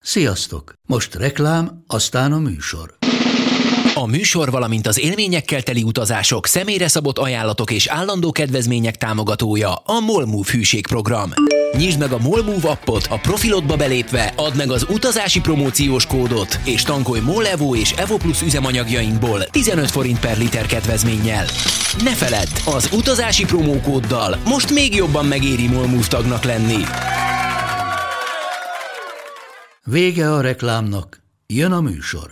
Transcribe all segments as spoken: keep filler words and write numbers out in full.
Sziasztok! Most reklám, aztán a műsor. A műsor, valamint az élményekkel teli utazások, személyre szabott ajánlatok és állandó kedvezmények támogatója a MOLMOVE hűségprogram. Nyisd meg a MOLMOVE appot a profilodba belépve, add meg az utazási promóciós kódot, és tankolj MOL Evo és Evo Plus üzemanyagjainkból tizenöt forint per liter kedvezménnyel. Ne feledd, az utazási promókóddal most még jobban megéri MOLMOVE tagnak lenni. Vége a reklámnak, jön a műsor.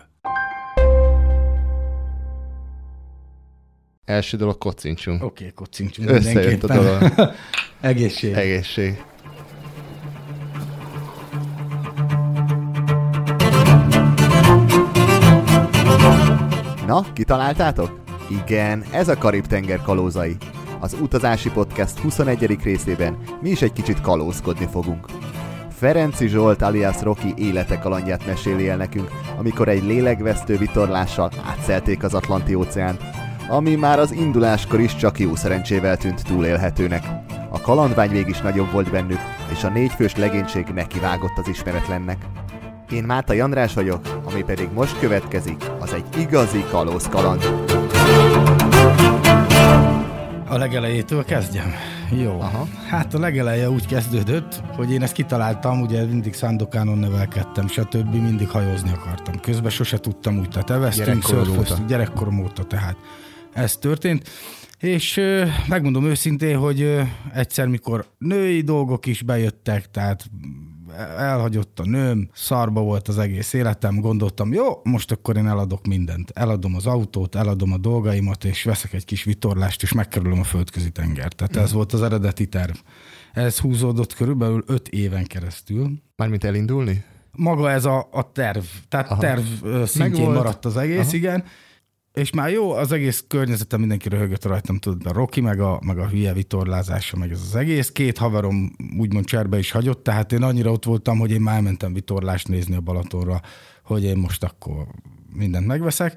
Első dolog, kocincsunk. Oké, okay, kocincsunk. Összejött a dolog. Egészség. Egészség. Na, kitaláltátok? Igen, ez a Karib-tenger kalózai. Az utazási podcast huszonegyedik részében mi is egy kicsit kalózkodni fogunk. Ferenczy Zsolt alias Rocky élete kalandját meséli el nekünk, amikor egy lélegvesztő vitorlással átszelték az Atlanti-óceánt, ami már az induláskor is csak jó szerencsével tűnt túlélhetőnek. A kalandvágy végig is nagyobb volt bennük, és a négyfős legénység nekivágott az ismeretlennek. Én Mátai András vagyok, ami pedig most következik, az egy igazi kalózkaland. A legelejétől kezdjem? Jó. Aha. Hát a legeleje úgy kezdődött, hogy én ezt kitaláltam, ugye mindig Sandokánon nevelkedtem, stb. Mindig hajózni akartam. Közben sose tudtam úgy, tehát eveztünk, szörföztünk, gyerekkorom óta, tehát ez történt. És euh, megmondom őszintén, hogy euh, egyszer, mikor női dolgok is bejöttek, tehát elhagyott a nőm, szarba volt az egész életem, gondoltam, jó, most akkor én eladok mindent. Eladom az autót, eladom a dolgaimat, és veszek egy kis vitorlást, és megkerülöm a földközi tengert. Tehát ez volt az eredeti terv. Ez húzódott körülbelül öt éven keresztül. Mármint elindulni? Maga ez a, a terv. Tehát Aha. terv szintjén maradt az egész, Aha. igen. És már jó, az egész környezetem mindenki röhögött rajtam, tudod, a Rocky, meg a, meg a hülye vitorlázása, meg ez az egész. Két haverom úgymond cserbe is hagyott, tehát én annyira ott voltam, hogy én már elmentem vitorlást nézni a Balatonra, hogy én most akkor mindent megveszek.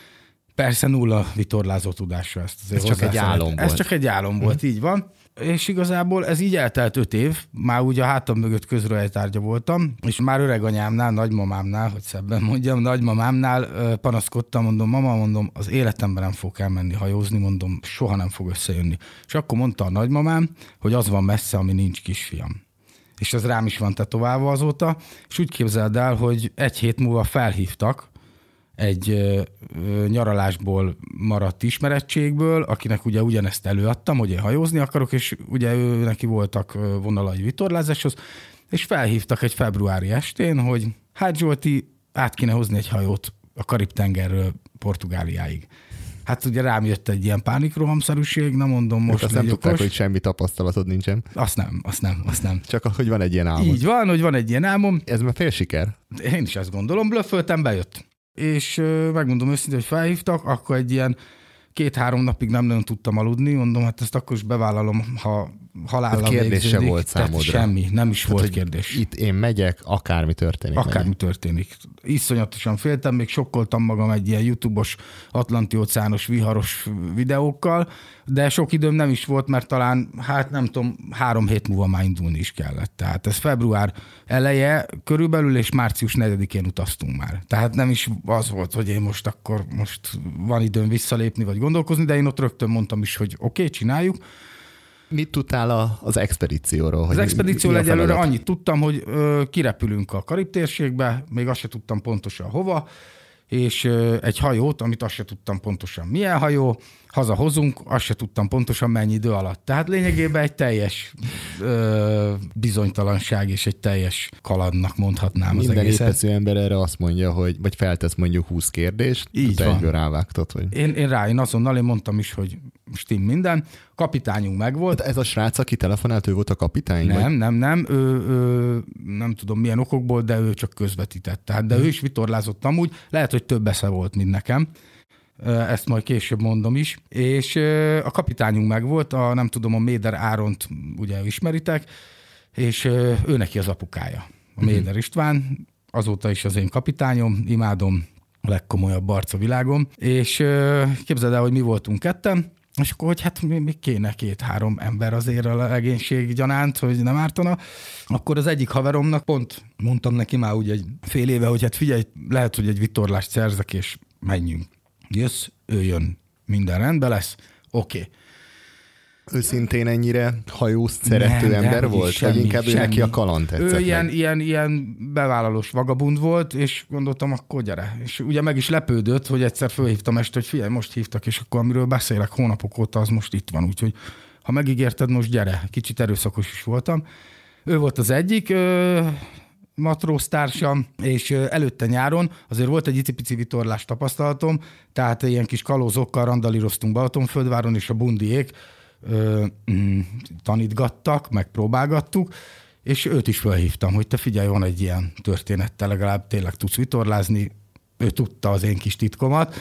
Persze nulla vitorlázó tudásra ezt azért Ez csak egy álom volt. Ez csak egy álom volt, így van. És igazából ez így eltelt öt év, már úgy a hátam mögött közrejtárgya voltam, és már öreganyámnál, nagymamámnál, hogy szebben mondjam, nagymamámnál panaszkodtam, mondom, mama, mondom, az életemben nem fogok elmenni hajózni, mondom, soha nem fog összejönni. És akkor mondta a nagymamám, hogy az van messze, ami nincs, kisfiam. És ez rám is van tetoválva azóta, és úgy képzeld el, hogy egy hét múlva felhívtak, egy ö, ö, nyaralásból maradt ismerettségből, akinek ugye ugyanezt előadtam, hogy én hajózni akarok, és ugye ő, neki voltak vonalai vitorlázáshoz, és felhívtak egy februári estén, hogy hát Zsolti, át kéne hozni egy hajót a Karib-tengerről Portugáliáig. Hát ugye rám jött egy ilyen pánikrohamszerűség, na mondom, most azt nem tudták, hogy semmi tapasztalatod nincsen. Azt nem, azt nem, azt nem. Csak hogy van egy ilyen álmom. Így van, hogy van egy ilyen álmom. Ez már fél siker. Én is ezt gondolom, blöfföltem, bejött. És megmondom őszintén, hogy felhívtak, akkor egy ilyen két-három napig nem nagyon tudtam aludni, mondom, hát ezt akkor is bevállalom, ha halállal végződik. Kérdés se volt számodra. Semmi, nem is Tehát, volt kérdés. Itt én megyek, akármi történik. Akármi megyek. történik. Iszonyatosan féltem, még sokkoltam magam egy ilyen YouTube-os, Atlanti-óceános, viharos videókkal, de sok időm nem is volt, mert talán, hát nem tudom, három hét múlva már indulni is kellett. Tehát ez február eleje körülbelül, és március negyedikén utaztunk már. Tehát nem is az volt, hogy én most akkor most van időm visszalépni, vagy gondolkozni, de én ott rögtön mondtam is, hogy oké, okay, csináljuk. Mit tudtál a, az expedícióról? Az expedícióról egyelőre annyit tudtam, hogy ö, kirepülünk a Karib-térségbe, még azt se tudtam pontosan hova, és ö, egy hajót, amit azt se tudtam pontosan milyen hajó, hazahozunk, azt se tudtam pontosan mennyi idő alatt. Tehát lényegében egy teljes ö, bizonytalanság és egy teljes kalandnak mondhatnám Minden az egészet. Minden épeszű ember erre azt mondja, hogy vagy feltesz mondjuk húsz kérdést, így te van. egyből rávágtad. Hogy... Én, én rá, én azonnal én mondtam is, hogy stim minden. Kapitányunk megvolt. Ez a srác, aki telefonált, ő volt a kapitány? Nem, vagy? nem, nem. Ő, ő, nem tudom milyen okokból, de ő csak közvetített. Tehát, de hmm. ő is vitorlázott amúgy. Lehet, hogy több esze volt, mint nekem. Ezt majd később mondom is. És a kapitányunk megvolt, a nem tudom, a Méder Áront ugye ismeritek, és ő neki az apukája. A Méder hmm. István, azóta is az én kapitányom, imádom, a legkomolyabb arc a világon. És képzeld el, hogy mi voltunk ketten, És akkor, hogy hát még kéne két-három ember azért a legénység gyanánt, hogy nem ártana. Akkor az egyik haveromnak pont mondtam neki már úgy egy fél éve, hogy hát figyelj, lehet, hogy egy vitorlást szerzek, és menjünk. Jössz, ő jön, minden rendben lesz, oké. Okay. Ő szintén ennyire hajózt szerető nem, ember nem, volt? Semmi, vagy inkább semmi. Ő neki a kaland tetszett? Ő ilyen, ilyen, ilyen bevállalós vagabund volt, és gondoltam, akkor gyere. És ugye meg is lepődött, hogy egyszer fölhívtam este, hogy figyelj, most hívtak, és akkor amiről beszélek hónapok óta, az most itt van. Úgyhogy ha megígérted, most gyere. Kicsit erőszakos is voltam. Ő volt az egyik ö, matróztársam, és ö, előtte nyáron azért volt egy icipici vitorlás tapasztalatom, tehát ilyen kis kalózokkal randalíroztunk Balatonföldváron, és a bundiék Ö, mm, tanítgattak, meg próbálgattuk, és őt is felhívtam, hogy te figyelj, van egy ilyen történet, te legalább tényleg tudsz vitorlázni. Ő tudta az én kis titkomat,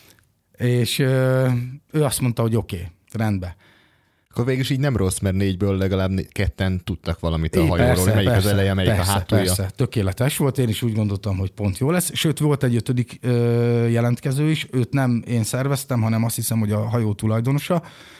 és ö, ő azt mondta, hogy oké, okay, rendben. Akkor végül is így nem rossz, mert négyből legalább ketten tudtak valamit a é, hajóról, persze, melyik persze, az eleje, melyik persze, a hátulja. Persze, tökéletes volt, én is úgy gondoltam, hogy pont jó lesz. Sőt, volt egy ötödik ö, jelentkező is, őt nem én szerveztem, hanem azt hiszem, hogy a hajó tulajdonosa,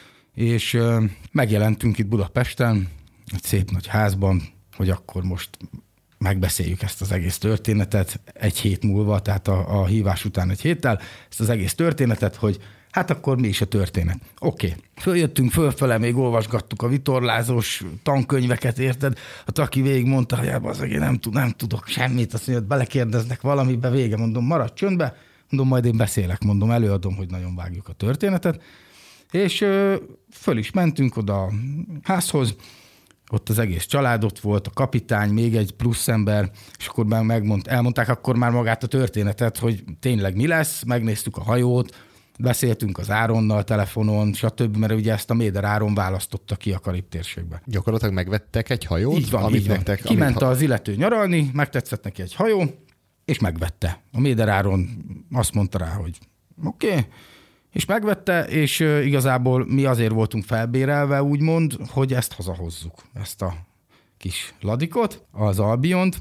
és ö, megjelentünk itt Budapesten, egy szép nagy házban, hogy akkor most megbeszéljük ezt az egész történetet egy hét múlva, tehát a, a hívás után egy héttel, ezt az egész történetet, hogy hát akkor mi is a történet. Oké, okay. Följöttünk fölfele, még olvasgattuk a vitorlázós tankönyveket, érted? Hát aki végig mondta, hogy az én nem, tud, nem tudok semmit, azt mondja, belekérdeznek valamibe, vége, mondom, maradj csöndbe, mondom, majd én beszélek, mondom, előadom, hogy nagyon vágjuk a történetet. És ö, föl is mentünk oda a házhoz, ott az egész család ott volt, a kapitány, még egy plusz ember, és akkor megmond, elmondták akkor már magát a történetet, hogy tényleg mi lesz, megnéztük a hajót, beszéltünk az Áronnal telefonon, stb., mert ugye ezt a Méder Áron választotta ki a Karib térségbe. Gyakorlatilag megvettek egy hajót? Így van, amit így van. Nektek, Kiment amit... az illető nyaralni, megtetszett neki egy hajó, és megvette. A Méder Áron azt mondta rá, hogy oké, okay, és megvette, és igazából mi azért voltunk felbérelve, úgymond, hogy ezt hazahozzuk, ezt a kis ladikot, az Albiont,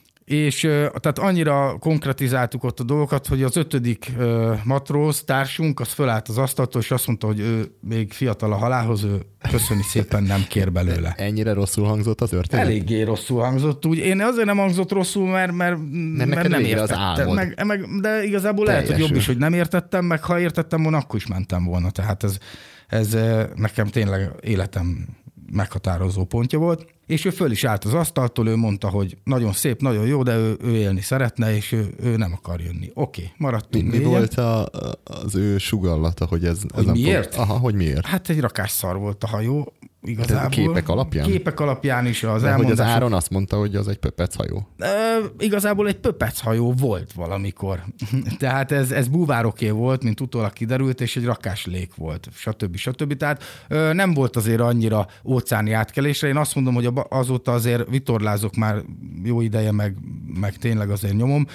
és tehát annyira konkretizáltuk ott a dolgokat, hogy az ötödik matróz társunk, az fölállt az asztaltól, és azt mondta, hogy ő még fiatal a halálhoz, ő köszöni szépen nem kér belőle. Ennyire rosszul hangzott az történet? Eléggé rosszul hangzott. Úgy. Én azért nem hangzott rosszul, mert, mert, mert, mert nem értettem. Meg, meg, de igazából Teljesül. Lehet, hogy jobb is, hogy nem értettem, meg ha értettem volna, akkor is mentem volna. Tehát ez, ez nekem tényleg életem meghatározó pontja volt. És ő föl is állt az asztaltól, ő mondta, hogy nagyon szép, nagyon jó, de ő, ő élni szeretne, és ő, ő nem akar jönni. Oké, okay, maradtunk. Mi, mi volt a, az ő sugallata, hogy ez... Hogy ez miért? Aha, hogy miért? Hát egy rakásszar volt a hajó, igazából. De képek alapján? Képek alapján is az de elmondások. hogy az Áron azt mondta, hogy az egy pöpec hajó. E, igazából egy pöpec hajó volt valamikor. Tehát ez, ez búvároké volt, mint utólag kiderült, és egy rakáslék volt, stb. stb. Tehát e, nem volt azért annyira óceáni átkelésre. Én azt mondom, hogy azóta azért vitorlázok már jó ideje, meg, meg tényleg azért nyomom,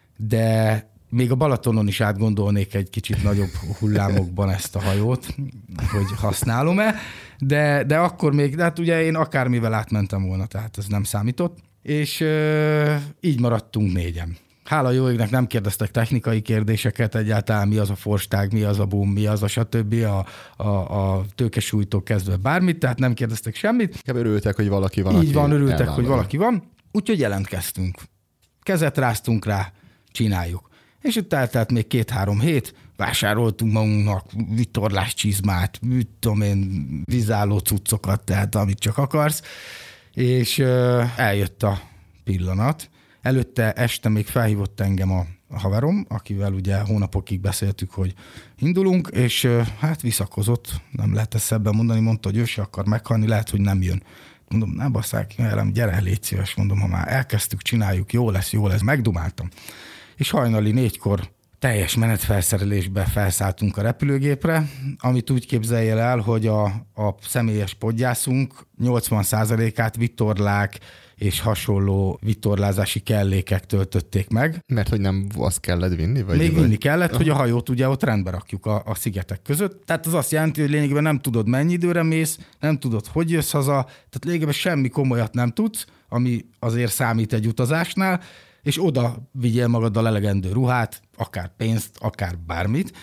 de még a Balatonon is átgondolnék egy kicsit nagyobb hullámokban ezt a hajót, hogy használom-e, de, de akkor még, de hát ugye én akármivel átmentem volna, tehát ez nem számított, és ö, így maradtunk négyen. Hála jó égnek nem kérdeztek technikai kérdéseket, egyáltalán mi az a forstág, mi az a boom, mi az a stb. A, a, a tőkesúlytól kezdve bármit, tehát nem kérdeztek semmit. Inkább örültek, hogy valaki van. Így van, örültek, elvállalja. Hogy valaki van, úgyhogy jelentkeztünk. Kezet ráztunk rá, csináljuk. És ott eltelt még két-három hét, vásároltunk magunknak vitorlás csizmát, mit tudom én, vízálló cuccokat, tehát amit csak akarsz, és uh, eljött a pillanat. Előtte este még felhívott engem a haverom, akivel ugye hónapokig beszéltük, hogy indulunk, és uh, hát visszakozott, nem lehet ezt szebben mondani, mondta, hogy ő se akar meghalni, lehet, hogy nem jön. Mondom, ne basszák, velem, gyere, légy szíves, mondom, ha már elkezdtük, csináljuk, jó lesz, jó lesz, megdumáltam. És hajnali négykor teljes menetfelszerelésbe felszálltunk a repülőgépre, amit úgy képzelje el, hogy a, a személyes podgyászunk nyolcvan százalékát vitorlák és hasonló vitorlázási kellékek töltötték meg. Mert hogy nem azt kellett vinni? Vagy Még vagy? vinni kellett, hogy a hajót ugye ott rendbe rakjuk a, a szigetek között. Tehát az azt jelenti, hogy lényegében nem tudod, mennyi időre mész, nem tudod, hogy jössz haza, tehát lényegében semmi komolyat nem tudsz, ami azért számít egy utazásnál, és oda vigyél magaddal elegendő ruhát, akár pénzt, akár bármit,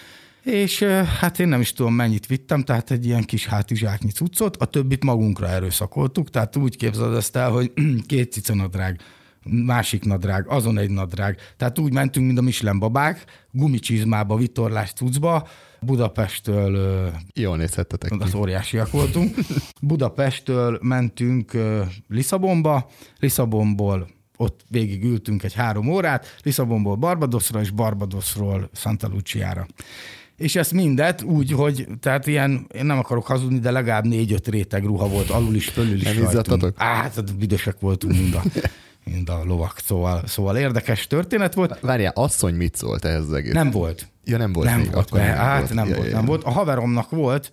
És hát én nem is tudom, mennyit vittem, tehát egy ilyen kis hátizsáknyi cuccot, a többit magunkra erőszakoltuk, tehát úgy képzeld ezt el, hogy két cicanadrág, másik nadrág, azon egy nadrág. Tehát úgy mentünk, mint a Michelin babák, gumicsizmába, vitorlás cuccba, Budapesttől... Jól nézhettetek ki. Az óriásiak voltunk. Budapesttől mentünk Lisszabonba, Lisszabonból ott végig ültünk egy három órát, Lisszabonból Barbadosra és Barbadosról Santa Luciára. És ezt mindet úgy, hogy tehát ilyen, én nem akarok hazudni, de legalább négy-öt réteg ruha volt, alul is, fölül is. Nem izzadtatok? Á, hát büdösek voltunk mind a, mind a lovak, szóval, szóval érdekes történet volt. Várjál, asszony mit szólt ehhez az egész? Nem volt. Ja, nem volt nem még. Volt, nem hát volt. nem ja, volt, ja, nem ja. volt. A haveromnak volt,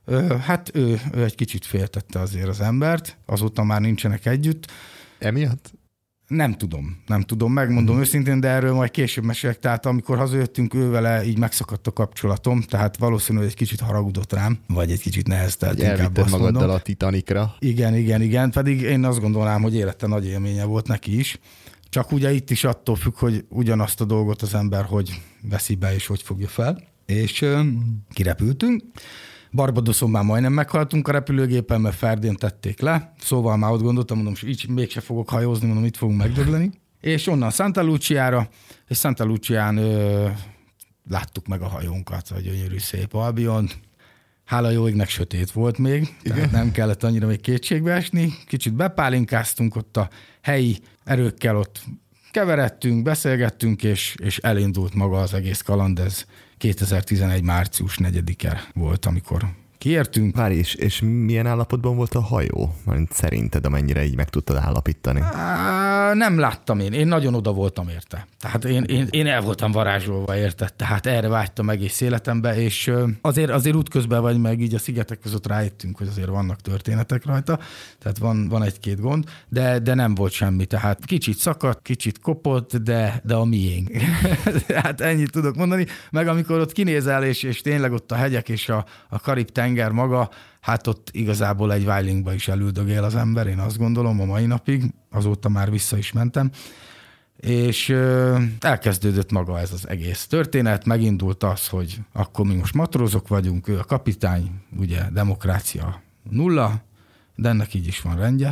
hát ő, ő egy kicsit féltette azért az embert, azóta már nincsenek együtt. Emiatt? Nem tudom, nem tudom, megmondom hmm. őszintén, de erről majd később mesélek. Tehát amikor hazajöttünk, ő vele így megszakadt a kapcsolatom, tehát valószínűleg egy kicsit haragudott rám, vagy egy kicsit neheztelt. Elvitted magaddal mondom. A Titanicra. Igen, igen, igen, pedig én azt gondolnám, hogy élete nagy élménye volt neki is. Csak ugye itt is attól függ, hogy ugyanazt a dolgot az ember hogy veszi be és hogy fogja fel. És ö, kirepültünk. Barbadoson már majdnem meghaltunk a repülőgépen, mert Ferdén tették le. Szóval már ott gondoltam, mondom, hogy így mégse fogok hajózni, mondom, itt fogunk megdögleni. És onnan Santa Luciára, és Santa Lucián ö, láttuk meg a hajónkat, a gyönyörű szép Albion. Hála jó égnek sötét volt még, tehát nem kellett annyira még kétségbe esni. Kicsit bepálinkáztunk ott a helyi erőkkel, ott keveredtünk, beszélgettünk, és, és elindult maga az egész kaland. Ez kétezer-tizenegy március negyedike volt, amikor kiértünk. Várj, és, és milyen állapotban volt a hajó? Mert szerinted, amennyire így meg tudtad állapítani? Á, nem láttam én. Én nagyon oda voltam érte. Tehát én, én, én el voltam varázsolva érte. Tehát erre vágytam egész életembe, és azért, azért útközben vagy meg így a szigetek között rájöttünk, hogy azért vannak történetek rajta. Tehát van, van egy-két gond, de, de nem volt semmi. Tehát kicsit szakadt, kicsit kopott, de, de a miénk. Hát ennyit tudok mondani. Meg amikor ott kinézel, és, és tényleg ott a hegyek és a, a Karib-tenger maga, hát ott igazából egy vájlingba is elüldögél az ember, én azt gondolom a mai napig, azóta már vissza is mentem, és ö, elkezdődött maga ez az egész történet, megindult az, hogy akkor mi most matrózok vagyunk, ő a kapitány, ugye demokrácia nulla, de ennek így is van rendje,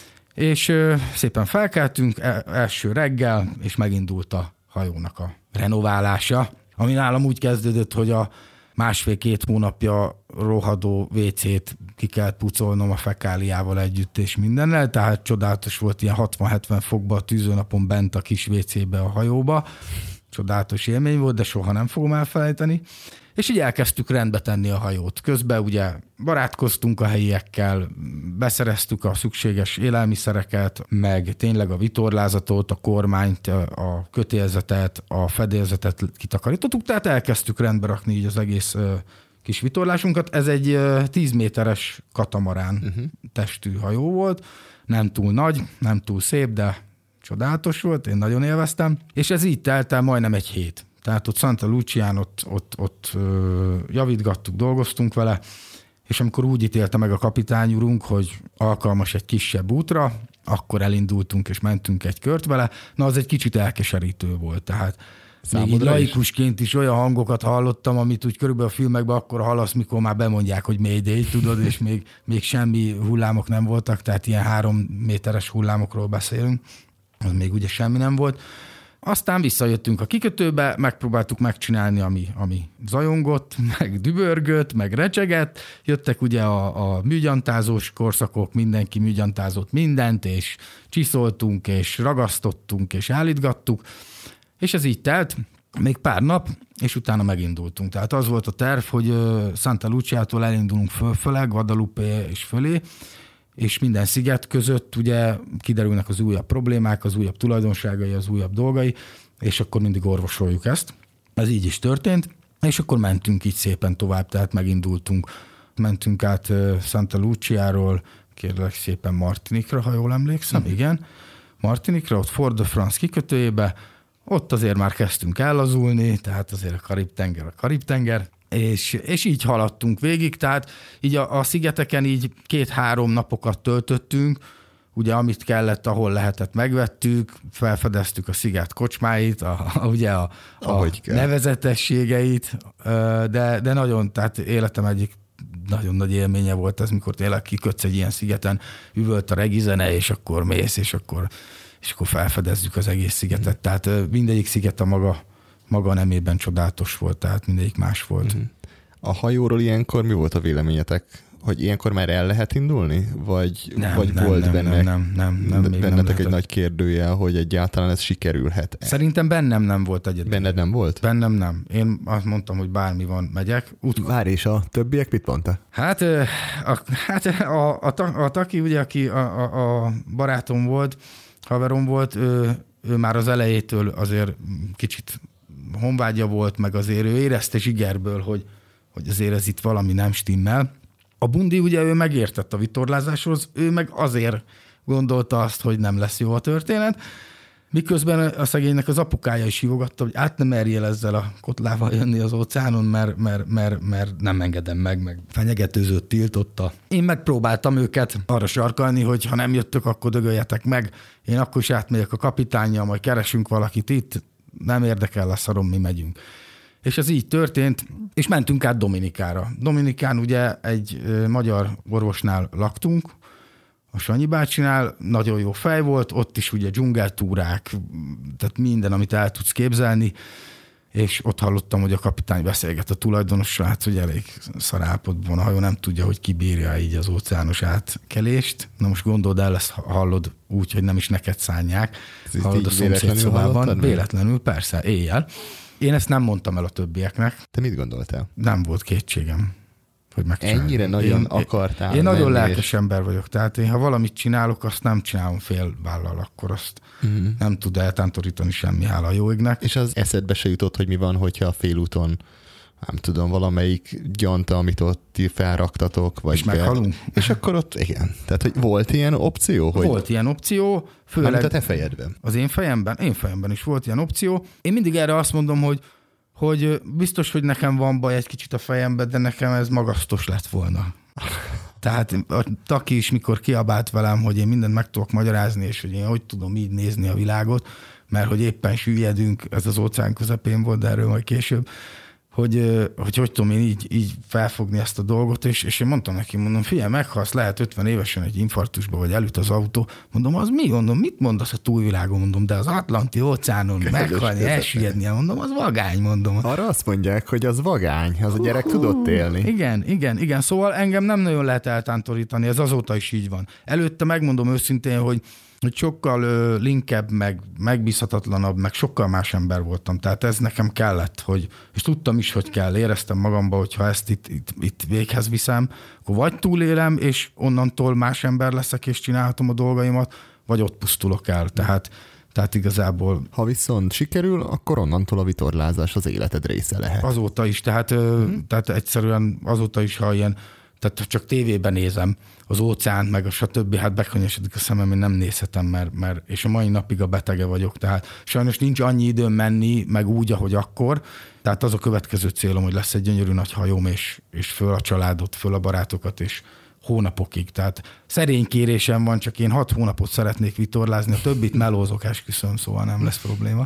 és ö, szépen felkeltünk el, első reggel, és megindult a hajónak a renoválása, ami nálam úgy kezdődött, hogy a másfél-két hónapja rohadó vécét ki kellett pucolnom a fekáliával együtt és mindennel, tehát csodálatos volt ilyen hatvan-hetven fokba a tűzőnapon bent a kis vécébe a hajóba. Csodálatos élmény volt, de soha nem fogom elfelejteni. És így elkezdtük rendbe tenni a hajót. Közben ugye barátkoztunk a helyiekkel, beszereztük a szükséges élelmiszereket, meg tényleg a vitorlázatot, a kormányt, a kötélzetet, a fedélzetet kitakarítottuk, tehát elkezdtük rendbe rakni így az egész kis vitorlásunkat. Ez egy tíz méteres katamarán uh-huh. testű hajó volt, nem túl nagy, nem túl szép, de csodálatos volt, én nagyon élveztem, és ez így telt el majdnem egy hét. Tehát ott Santa Lucián ott, ott, ott ö, javítgattuk, dolgoztunk vele, és amikor úgy ítélte meg a kapitány urunk, hogy alkalmas egy kisebb útra, akkor elindultunk és mentünk egy kört vele. Na, az egy kicsit elkeserítő volt, tehát még így laikusként is olyan hangokat hallottam, amit úgy körülbelül a filmekben akkor hallasz, mikor már bemondják, hogy Mayday, tudod, és még, még semmi hullámok nem voltak, tehát ilyen három méteres hullámokról beszélünk, az még ugye semmi nem volt. Aztán visszajöttünk a kikötőbe, megpróbáltuk megcsinálni, ami, ami zajongott, meg dübörgött, meg recsegett. Jöttek ugye a, a műgyantázós korszakok, mindenki műgyantázott mindent, és csiszoltunk, és ragasztottunk, és állítgattuk. És ez így telt, még pár nap, és utána megindultunk. Tehát az volt a terv, hogy Santa Luciától elindulunk fölfele, Guadalupe és fölé, és minden sziget között ugye kiderülnek az újabb problémák, az újabb tulajdonságai, az újabb dolgai, és akkor mindig orvosoljuk ezt. Ez így is történt, és akkor mentünk így szépen tovább, tehát megindultunk. Mentünk át Santa Luciáról, kérlek szépen Martinikra, ha jól emlékszem, mm. igen, Martinikra, ott Fort de France kikötőjébe, ott azért már kezdtünk ellazulni, tehát azért a Karib-tenger a Karib-tenger, És, és így haladtunk végig, tehát így a, a szigeteken így két-három napokat töltöttünk, ugye amit kellett, ahol lehetett, megvettük, felfedeztük a sziget kocsmáit, a, a, ugye a, a nevezetességeit, de, de nagyon, tehát életem egyik nagyon nagy élménye volt ez, mikor tényleg kikötsz egy ilyen szigeten, üvölt a regizene, és akkor mész, és akkor, és akkor felfedezzük az egész szigetet. Mm. Tehát mindegyik sziget a maga, maga nemében csodálatos volt, tehát mindegyik más volt. Mm. A hajóról ilyenkor mi volt a véleményetek? Hogy ilyenkor már el lehet indulni? Vagy, nem, vagy nem, volt nem, benne, nem, nem, nem, nem, nem, bennetek nem egy nagy kérdőjel, hogy egyáltalán ez sikerülhet? Szerintem bennem nem volt egyedül. Benned nem volt? Bennem nem. Én azt mondtam, hogy bármi van, megyek. Úgy... Várj, és a többiek mit mondta? Hát a, hát a, a, a, a Taki, ugye, aki a, a, a barátom volt, haverom volt, ő, ő már az elejétől azért kicsit honvágya volt, meg azért ő érezte zsigerből, hogy, hogy azért ez itt valami nem stimmel. A Bundi ugye ő megértett a vitorlázáshoz, ő meg azért gondolta azt, hogy nem lesz jó a történet, miközben a szegénynek az apukája is hívogatta, hogy át nem merjél ezzel a kotlával jönni az óceánon, mert, mert, mert, mert nem engedem meg, meg fenyegetőzött, tiltotta. Én megpróbáltam őket arra sarkalni, hogy ha nem jöttök, akkor dögöljetek meg, én akkor is átmegyek a kapitánnyal, majd keresünk valakit itt, nem érdekel a szarom, mi megyünk. És ez így történt, és mentünk át Dominikára. Dominikán ugye egy magyar orvosnál laktunk, a Sanyi bácsinál, nagyon jó fej volt, ott is ugye dzsungeltúrák, tehát minden, amit el tudsz képzelni, és ott hallottam, hogy a kapitány beszélget a tulajdonossal, hát hogy elég szarállapotban a hajó, nem tudja, hogy kibírja így az óceános átkelést. Na most gondold el, ezt hallod úgy, hogy nem is neked szánják. Ez hallod a szomszéd szobában. Véletlenül, persze, éjjel. Én ezt nem mondtam el a többieknek. Te mit gondoltál? Nem volt kétségem, hogy megcsinálom. Ennyire nagyon én, akartál. Én, én nagyon lelkes és... ember vagyok, tehát én ha valamit csinálok, azt nem csinálom fél vállal, akkor azt uh-huh. nem tud eltántorítani semmi, hála a jó égnek. És az eszedbe se jutott, hogy mi van, hogyha a félúton, nem tudom, valamelyik gyanta, amit ott ti felraktatok, vagy és meghalunk. És akkor ott, igen. Tehát, hogy volt ilyen opció? Hogy... Volt ilyen opció, főleg... Mármint a te fejedben. Az én fejemben? Én fejemben is volt ilyen opció. Én mindig erre azt mondom, hogy, hogy biztos, hogy nekem van baj egy kicsit a fejemben, de nekem ez magasztos lett volna. Tehát a Taki is, mikor kiabált velem, hogy én mindent meg tudok magyarázni, és hogy én hogy tudom így nézni a világot, mert hogy éppen süllyedünk, ez az óceán közepén volt, de erről majd később, hogy hogy, hogy tudom én így, így felfogni ezt a dolgot, és, és én mondtam neki, mondom, figyelj, meghalsz, lehet ötven évesen egy infarktusba, vagy elüt az autó, mondom, az mi, mondom, mit mondasz a túlvilágon, mondom, de az Atlanti óceánon meghalni, elsüllyedni, mondom, az vagány, mondom. Arra azt mondják, hogy az vagány, az a gyerek uh, tudott élni. Igen, igen, igen, szóval engem nem nagyon lehet eltántorítani, ez azóta is így van. Előtte megmondom őszintén, hogy hogy sokkal ö, linkebb, meg megbízhatatlanabb, meg sokkal más ember voltam. Tehát ez nekem kellett, hogy, és tudtam is, hogy kell. Éreztem magamba, hogy ha ezt itt, itt, itt véghez viszem, akkor vagy túlélem, és onnantól más ember leszek, és csinálhatom a dolgaimat, vagy ott pusztulok el. Tehát, tehát igazából... Ha viszont sikerül, akkor onnantól a vitorlázás az életed része lehet. Azóta is, tehát, mm. tehát egyszerűen azóta is, ha ilyen, tehát csak tévében nézem az óceánt, meg a stb. Hát bekönyesedik a szemem, én nem nézhetem, mert, mert, és a mai napig a betege vagyok, tehát sajnos nincs annyi időm menni, meg úgy, ahogy akkor, tehát az a következő célom, hogy lesz egy gyönyörű nagy hajóm, és, és föl a családot, föl a barátokat, és hónapokig, tehát szerény kérésem van, csak én hat hónapot szeretnék vitorlázni, a többit melózok, esküszöm, szóval nem lesz probléma.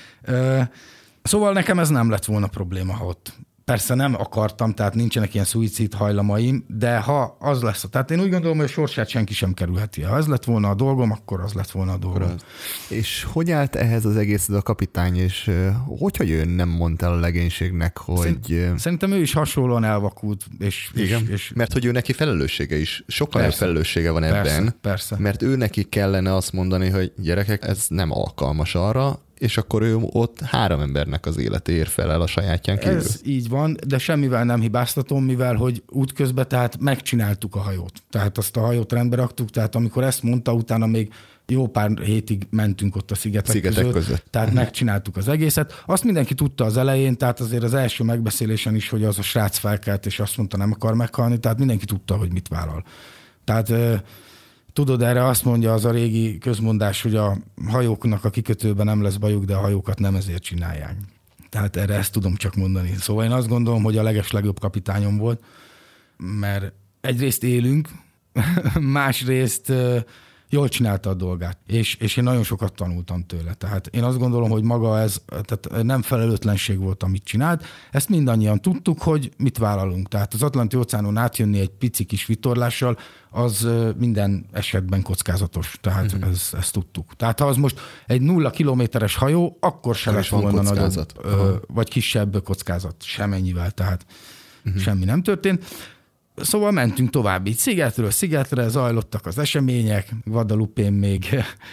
Szóval nekem ez nem lett volna probléma, ha ott persze nem akartam, tehát nincsenek ilyen szuicid hajlamaim, de ha az lesz, tehát én úgy gondolom, hogy a sorsát senki sem kerülheti. Ha ez lett volna a dolgom, akkor az lett volna a dolgom. És hogy állt ehhez az egész a kapitány, és hogyha ő nem mondta a legénységnek, hogy... Szerint, szerintem ő is hasonlóan elvakult. És, igen, és, és... mert hogy ő neki felelőssége is, sokkal persze, felelőssége van persze, ebben, persze. Mert ő neki kellene azt mondani, hogy gyerekek, ez nem alkalmas arra, és akkor ő ott három embernek az életéért felel a sajátján kívül. Ez így van, de semmivel nem hibáztatom, mivel hogy útközben tehát megcsináltuk a hajót. Tehát azt a hajót rendbe raktuk, tehát amikor ezt mondta, utána még jó pár hétig mentünk ott a szigetek, szigetek között. között. Tehát megcsináltuk az egészet. Azt mindenki tudta az elején, tehát azért az első megbeszélésen is, hogy az a srác felkelt, és azt mondta, nem akar meghalni, tehát mindenki tudta, hogy mit vállal. Tehát tudod, erre azt mondja az a régi közmondás, hogy a hajóknak a kikötőben nem lesz bajuk, de a hajókat nem ezért csinálják. Tehát erre ezt tudom csak mondani. Szóval én azt gondolom, hogy a legeslegjobb kapitányom volt, mert egyrészt élünk, másrészt Jól csinálta a dolgát, és, és én nagyon sokat tanultam tőle. Tehát én azt gondolom, hogy maga ez tehát nem felelőtlenség volt, amit csinált. Ezt mindannyian tudtuk, hogy mit vállalunk. Tehát az Atlanti-óceánon átjönni egy pici kis vitorlással, az minden esetben kockázatos. Tehát uh-huh. ez, ezt tudtuk. Tehát ha az most egy nulla kilométeres hajó, akkor se lesz volna nagyobb, vagy kisebb kockázat. Semennyivel, tehát uh-huh. semmi nem történt. Szóval mentünk tovább így szigetről szigetre, zajlottak az események, Guadalupén még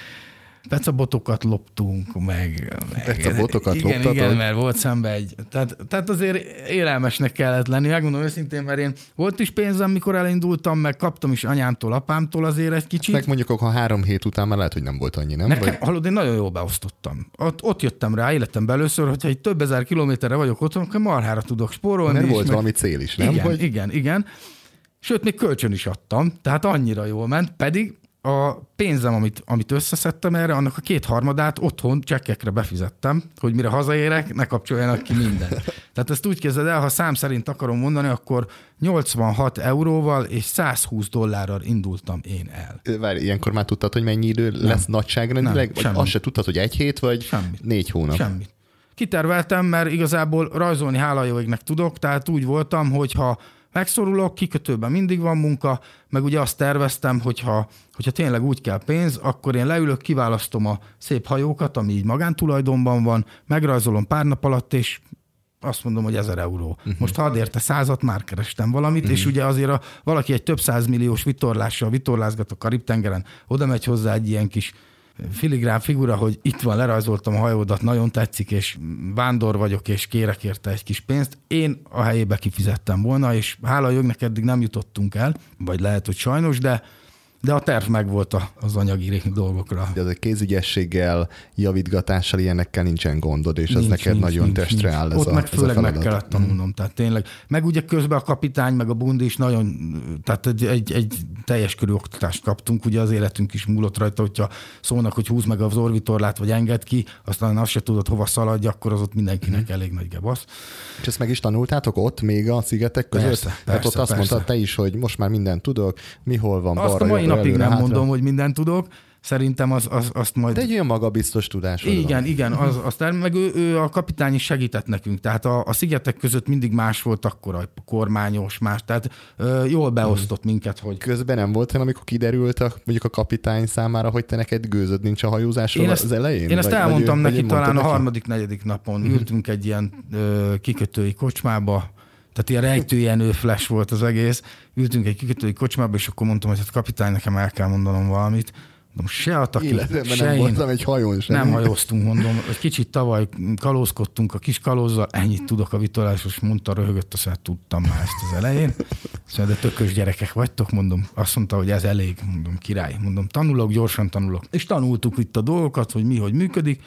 pecabotokat loptunk, meg... meg pecabotokat igen, loptatok? Igen, mert volt szembe egy... Tehát, tehát azért élelmesnek kellett lenni, megmondom őszintén, mert én volt is pénzem, mikor elindultam, meg kaptam is anyámtól, apámtól azért egy kicsit. Meg mondjuk, ha három hét után már lehet, hogy nem volt annyi, nem? Nekem, Vagy... hallod, én nagyon jól beosztottam. Ott, ott jöttem rá életemben először, hogyha egy több ezer kilométerre vagyok otthon, akkor marhára tudok spórolni. Mert volt meg... valami cél is, nem? Igen, hogy... igen, igen. Sőt, még kölcsön is adtam, tehát annyira jól ment, pedig a pénzem, amit, amit összeszedtem erre, annak a kétharmadát otthon csekkekre befizettem, hogy mire hazaérek, ne kapcsoljanak ki mindent. Tehát ezt úgy képzeld el, ha szám szerint akarom mondani, akkor nyolcvanhat euróval és százhúsz dollárral indultam én el. Várj, ilyenkor már tudtad, hogy mennyi idő nem. lesz nagyságrendileg? Vagy semmit. Azt se tudtad, hogy egy hét, vagy Semmit. négy hónap? Semmit. Kiterveltem, mert igazából rajzolni hála jó égnek tudok, tehát úgy voltam, hogyha megszorulok, kikötőben mindig van munka, meg ugye azt terveztem, hogyha, hogyha tényleg úgy kell pénz, akkor én leülök, kiválasztom a szép hajókat, ami így magántulajdonban van, megrajzolom pár nap alatt, és azt mondom, hogy ezer euró. Uh-huh. Most ha ad érte százat, már kerestem valamit, uh-huh. és ugye azért a, valaki egy több százmilliós vitorlással vitorlázgat a Karib-tengeren, oda megy hozzá egy ilyen kis filigrán figura, hogy itt van, lerajzoltam a hajódat, nagyon tetszik, és vándor vagyok, és kérek érte egy kis pénzt. Én a helyébe kifizettem volna, és hála a jognak eddig nem jutottunk el, vagy lehet, hogy sajnos, de, de a terv megvolt az anyagi dolgokra. De az a kézügyességgel, javítgatással, ilyenekkel nincsen gondod, és nincs, az neked nincs, nagyon nincs, testre nincs. áll ez Ott a meg főleg meg kellett tanulnom, mm. tehát tényleg. Meg ugye közben a kapitány, meg a bundi is nagyon, tehát egy, egy, egy teljes körű oktatást kaptunk, ugye az életünk is múlott rajta, hogyha szólnak, hogy húzd meg az orvitorlát, vagy engedd ki, aztán azt se tudod, hova szaladj, akkor az ott mindenkinek mm. elég nagy gebasz. És ezt meg is tanultátok ott, még a szigetek között? Persze, hát persze, ott azt persze. mondtad te is, hogy most már mindent tudok, mi hol van, azt balra, a mai jobbra, napig előre, nem hátra. mondom, hogy mindent tudok. Szerintem az, az, azt majd... De egy olyan magabiztos tudásod Igen, van. igen, az, aztán meg ő, ő a kapitány is segített nekünk, tehát a, a szigetek között mindig más volt akkor, a kormányos, más, tehát ö, jól beosztott minket, hogy... Közben nem volt, amikor kiderült a, mondjuk a kapitány számára, hogy te neked gőzöd nincs a hajózásról én ezt, az elején? Én ezt vagy, elmondtam vagy, neki vagy talán a neki? harmadik, negyedik napon. Uh-huh. Ültünk egy ilyen ö, kikötői kocsmába, tehát ilyen rejtőjenő flash volt az egész. Ültünk egy kikötői kocsmába, és akkor mondtam, hogy hát kapitány, nekem el kell mondanom valamit. Mondom, se a taki, se nem én. voltam egy hajón sem. Nem hajóztunk, mondom. Egy kicsit tavaly kalózkodtunk a kis kalózzal, ennyit tudok a vitorlásról, mondta, röhögött, azt mondta, tudtam már ezt az elején. Azt mondja, de tökös gyerekek vagytok, mondom. Azt mondta, hogy ez elég, mondom, király. Mondom, tanulok, gyorsan tanulok. És tanultuk itt a dolgokat, hogy mi, hogy működik.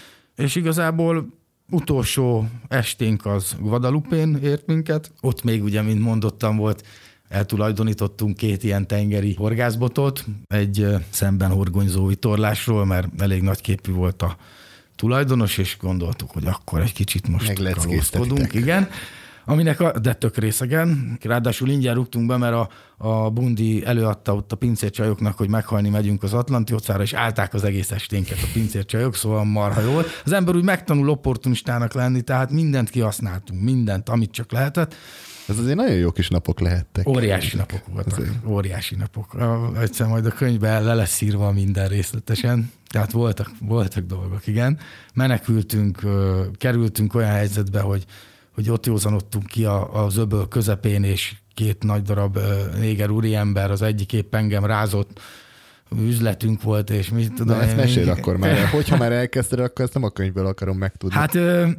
És igazából utolsó esténk az Guadalupén ért minket. Ott még ugye, mint mondottam, volt, eltulajdonítottunk két ilyen tengeri horgászbotot, egy szemben horgonyzó vitorlásról, mert elég nagyképű volt a tulajdonos, és gondoltuk, hogy akkor egy kicsit most kalózkodunk. Igen. Aminek a, de tök részegen. Ráadásul ingyen rúgtunk be, mert a, a bundi előadta ott a pincércsajoknak, hogy meghalni megyünk az Atlanti-óceánra, és állták az egész esténket a pincércsajok, szóval marha jól. Az ember úgy megtanul opportunistának lenni, tehát mindent kihasználtunk, mindent, amit csak lehetett. Ez azért nagyon jó kis napok lehettek. Óriási napok voltak, azért. óriási napok. Egyszer majd a könyvben le lesz írva minden részletesen, tehát voltak, voltak dolgok, igen. Menekültünk, kerültünk olyan helyzetbe, hogy hogy ott józanodtunk ki a, az öböl közepén, és két nagy darab néger úriember, az egyik épp engem rázott, üzletünk volt, és mit tudom. Na, ezt mesél akkor már. Hogyha már elkezdted, akkor ezt nem a könyvből akarom megtudni. Hát, ö,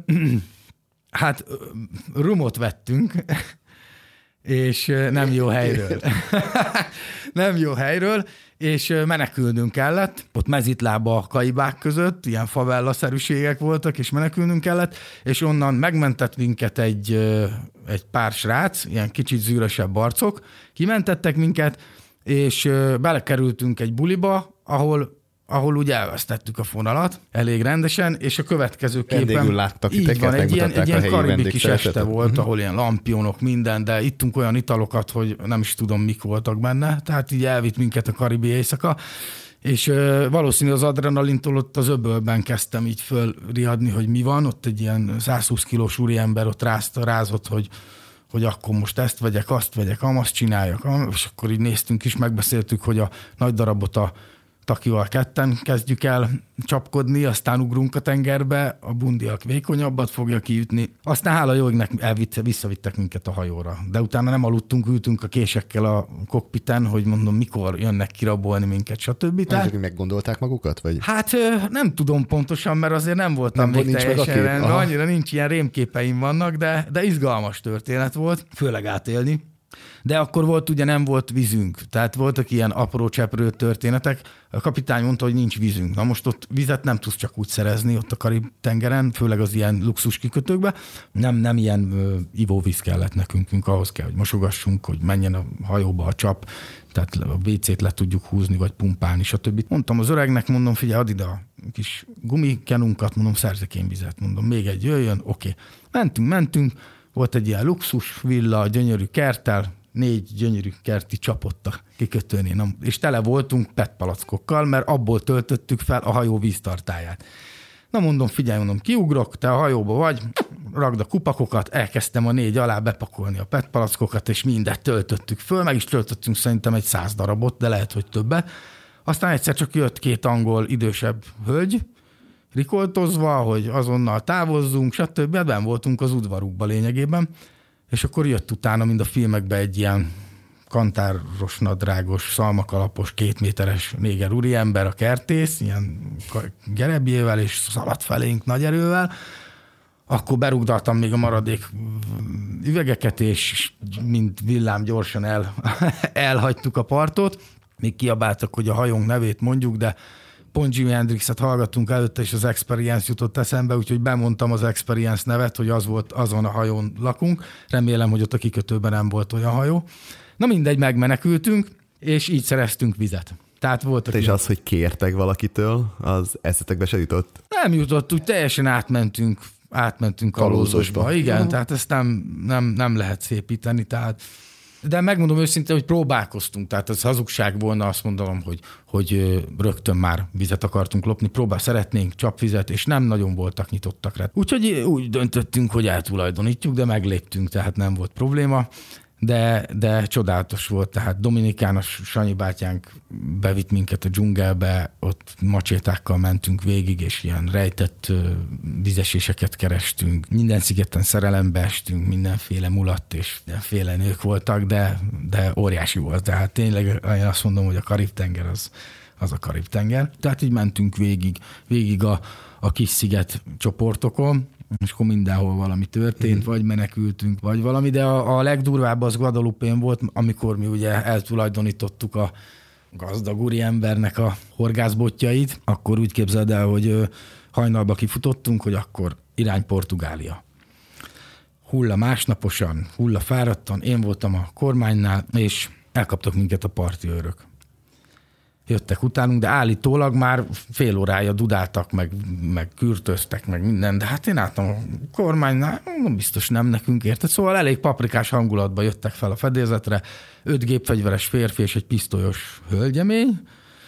hát rumot vettünk, és nem jó helyről. nem jó helyről, és menekülnünk kellett. Ott mezitlába a kaibák között, ilyen favella-szerűségek voltak, és menekülnünk kellett, és onnan megmentett minket egy, egy pár srác, ilyen kicsit zűrösebb arcok, kimentettek minket, és belekerültünk egy buliba, ahol ahol ugye elvesztettük a fonalat elég rendesen, és a következő képen... Vendégül láttak így van, egy ilyen, egy ilyen karibi kis este volt, uh-huh. ahol ilyen lampionok, minden, de ittunk olyan italokat, hogy nem is tudom, mik voltak benne, tehát így elvitt minket a karibi éjszaka, És ö, valószínű az adrenalintól ott az öbölben kezdtem így fölriadni, hogy mi van. Ott egy ilyen százhúsz kilós úriember ott rázta, rázott, hogy, hogy akkor most ezt vegyek, azt vegyek, amazt csináljak. És akkor így néztünk is, megbeszéltük, hogy a nagy darabot a Takival ketten kezdjük el csapkodni, aztán ugrunk a tengerbe, a bundiak vékonyabbat fogja kiütni. Aztán hála jó égnek elvitt, visszavittek minket a hajóra. De utána nem aludtunk, ültünk a késekkel a kokpiten, hogy mondom, mikor jönnek kirabolni minket, stb. Tehát, meggondolták magukat? Vagy? Hát nem tudom pontosan, mert azért nem voltam nem még teljesen rendben. Annyira nincs, ilyen rémképeim vannak, de, de izgalmas történet volt, főleg átélni. De akkor volt, ugye nem volt vízünk, tehát voltak ilyen apró cseprő történetek. A kapitány mondta, hogy nincs vízünk. Na most ott vizet nem tudsz csak úgy szerezni ott a Karib-tengeren, főleg az ilyen luxus kikötőkbe. Nem, nem ilyen ö, ivóvíz kellett nekünk, ahhoz kell, hogy mosogassunk, hogy menjen a hajóba a csap, tehát a vécét le tudjuk húzni, vagy pumpálni, stb. Mondtam az öregnek, mondom, figyelj, add ide a kis gumikenunkat, mondom, szerzek én vizet, mondom, még egy jöjjön, oké. Mentünk, mentünk, volt egy ilyen luxus villa, gyönyörű kerttel, négy gyönyörű kerti csapott a kikötőnél, és tele voltunk petpalackokkal, mert abból töltöttük fel a hajó víztartályát. Na mondom, figyelj, mondom, kiugrok, te a hajóba vagy, ragd a kupakokat, elkezdtem a négy alá bepakolni a petpalackokat, és mindet töltöttük föl, meg is töltöttünk szerintem egy száz darabot, de lehet, hogy többet. Aztán egyszer csak jött két angol idősebb hölgy, rikoltozva, hogy azonnal távozzunk, stb. Ben voltunk az udvarukban lényegében, és akkor jött utána, mind a filmekben egy ilyen kantáros, nadrágos, szalmakalapos, kétméteres néger úriember, a kertész, ilyen gerebjével, és szaladt felénk nagy erővel. Akkor berugdaltam még a maradék üvegeket, és mind villám gyorsan el, elhagytuk a partot. Még kiabáltak, hogy a hajónk nevét mondjuk, de pont Jimi Hendrixet hallgattunk előtte, és az Experience jutott eszembe, úgyhogy bemondtam az Experience nevet, hogy az volt, azon a hajón lakunk. Remélem, hogy ott a kikötőben nem volt olyan hajó. Na mindegy, megmenekültünk, és így szereztünk vizet. Tehát voltak és ilyen... az, hogy kértek valakitől, az eszetekbe se jutott? Nem jutott, úgy teljesen átmentünk, átmentünk kalózosba. Igen, uh-huh. Tehát ezt nem, nem, nem lehet szépíteni, tehát... De megmondom őszintén, hogy próbálkoztunk, tehát ez hazugság volna, azt mondom, hogy, hogy rögtön már vizet akartunk lopni, próbál szeretnénk csapvizet, és nem nagyon voltak nyitottak rá. Úgyhogy úgy döntöttünk, hogy eltulajdonítjuk, de megléptünk, tehát nem volt probléma. De, de csodálatos volt, tehát Dominikános Sanyi bátyánk bevitt minket a dzsungelbe, ott macsétákkal mentünk végig, és ilyen rejtett vizeséseket kerestünk. Minden szigeten szerelembe estünk, mindenféle mulatt és mindenféle nők voltak, de, de óriási volt. Tehát tényleg én azt mondom, hogy a Karib-tenger az, az a Karib-tenger. Tehát így mentünk végig, végig a, a kis sziget csoportokon, és akkor mindenhol valami történt, vagy menekültünk, vagy valami, de a, a legdurvább az Guadalupén volt, amikor mi ugye eltulajdonítottuk a gazdag úri embernek a horgászbotjait, akkor úgy képzeld el, hogy hajnalba kifutottunk, hogy akkor irány Portugália. Hulla másnaposan, hulla fáradtan, én voltam a kormánynál, és elkaptak minket a parti őrök. Jöttek utánunk, de állítólag már fél órája dudáltak, meg, meg kürtöztek, meg minden, de hát én álltam a kormánynál, biztos nem nekünk, érted? Szóval elég paprikás hangulatban jöttek fel a fedélzetre, öt gépfegyveres férfi és egy pisztolyos hölgyemény.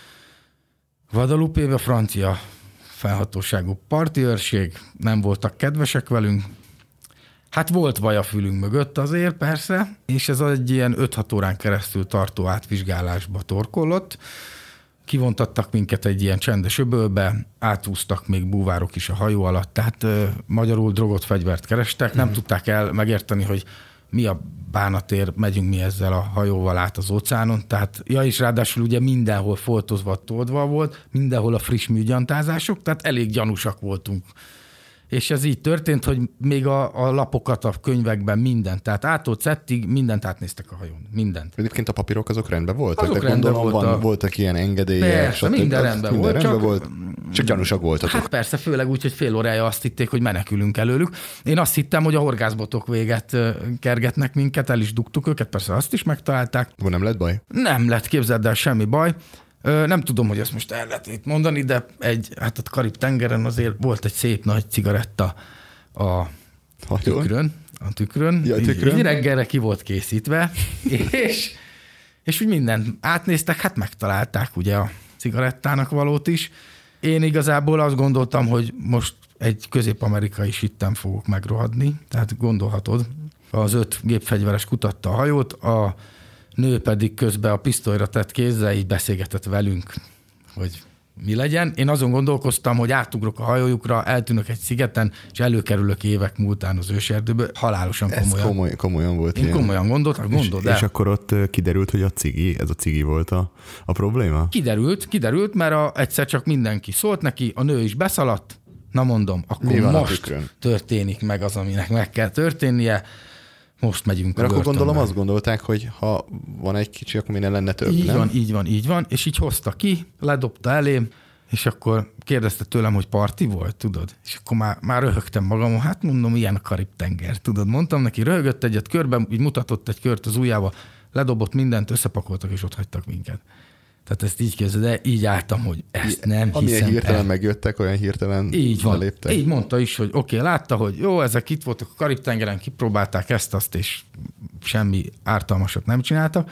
Guadalupe-be francia felhatóságú parti őrség, nem voltak kedvesek velünk. Hát volt vaj a fülünk mögött azért, persze, és ez egy ilyen öt-hat órán keresztül tartó átvizsgálásba torkollott. Kivontattak minket egy ilyen csendes öbölbe, átúztak még búvárok is a hajó alatt, tehát ö, magyarul drogot, fegyvert kerestek, nem mm. tudták el megérteni, hogy mi a bánatért megyünk mi ezzel a hajóval át az óceánon, tehát ja, és ráadásul ugye mindenhol foltozva, toldva volt, mindenhol a friss műgyantázások, tehát elég gyanúsak voltunk. És ez így történt, hogy még a, a lapokat a könyvekben mindent, tehát ától szettig mindent átnéztek a hajón, mindent. Egyébként a papírok azok rendben voltak? Azok de rendben gondolom, volt van, a... voltak ilyen engedélyek. Persze, minden rendben minden volt. Rendben csak... volt. Csak gyanúsak voltatok. Hát persze, főleg úgy, hogy fél órája azt hitték, hogy menekülünk előlük. Én azt hittem, hogy a horgászbotok véget kergetnek minket, el is dugtuk őket, persze azt is megtalálták. Van nem lett baj? Nem lett, képzeld el, semmi baj. Nem tudom, hogy ezt most el lehet itt mondani, de egy, hát a Karib-tengeren azért volt egy szép nagy cigaretta a tükrön, a tükrön, ja, tükrön. Így reggelre ki volt készítve, és, és úgy minden átnéztek, hát megtalálták ugye a cigarettának valót is. Én igazából azt gondoltam, hogy most egy közép-amerikai sitten fogok megrohadni, tehát gondolhatod, az öt gépfegyveres kutatta a hajót, a nő pedig közben a pisztolyra tett kézzel így beszélgetett velünk, hogy mi legyen. Én azon gondolkoztam, hogy átugrok a hajójukra, eltűnök egy szigeten, és előkerülök évek múltán az őserdőből. Halálosan komolyan. Ez komoly, komolyan volt. Én ilyen. komolyan gondoltam, gondold el. És akkor ott kiderült, hogy a cigi, ez a cigi volt a, a probléma? Kiderült, kiderült, mert a, egyszer csak mindenki szólt neki, a nő is beszaladt. Na mondom, akkor most történik meg az, aminek meg kell történnie. Most megyünk. Mert akkor gondolom azt gondolták, hogy ha van egy kicsi, akkor minél lenne több, így nem? van, így van, így van. És így hozta ki, ledobta elém, és akkor kérdezte tőlem, hogy parti volt, tudod? És akkor már, már röhögtem magam, hát mondom, ilyen a Karib-tenger, tudod? Mondtam neki, röhögött egyet körben, így mutatott egy kört az ujjába, ledobott mindent, összepakoltak, és ott hagytak minket. Tehát ezt így képzeld, de így álltam, hogy ezt nem Amilyen hiszem hirtelen el. megjöttek, olyan hirtelen így van. leléptek. Így mondta is, hogy oké, okay, látta, hogy jó, ezek itt voltak a Karib-tengeren, kipróbálták ezt, azt, és semmi ártalmasat nem csináltak,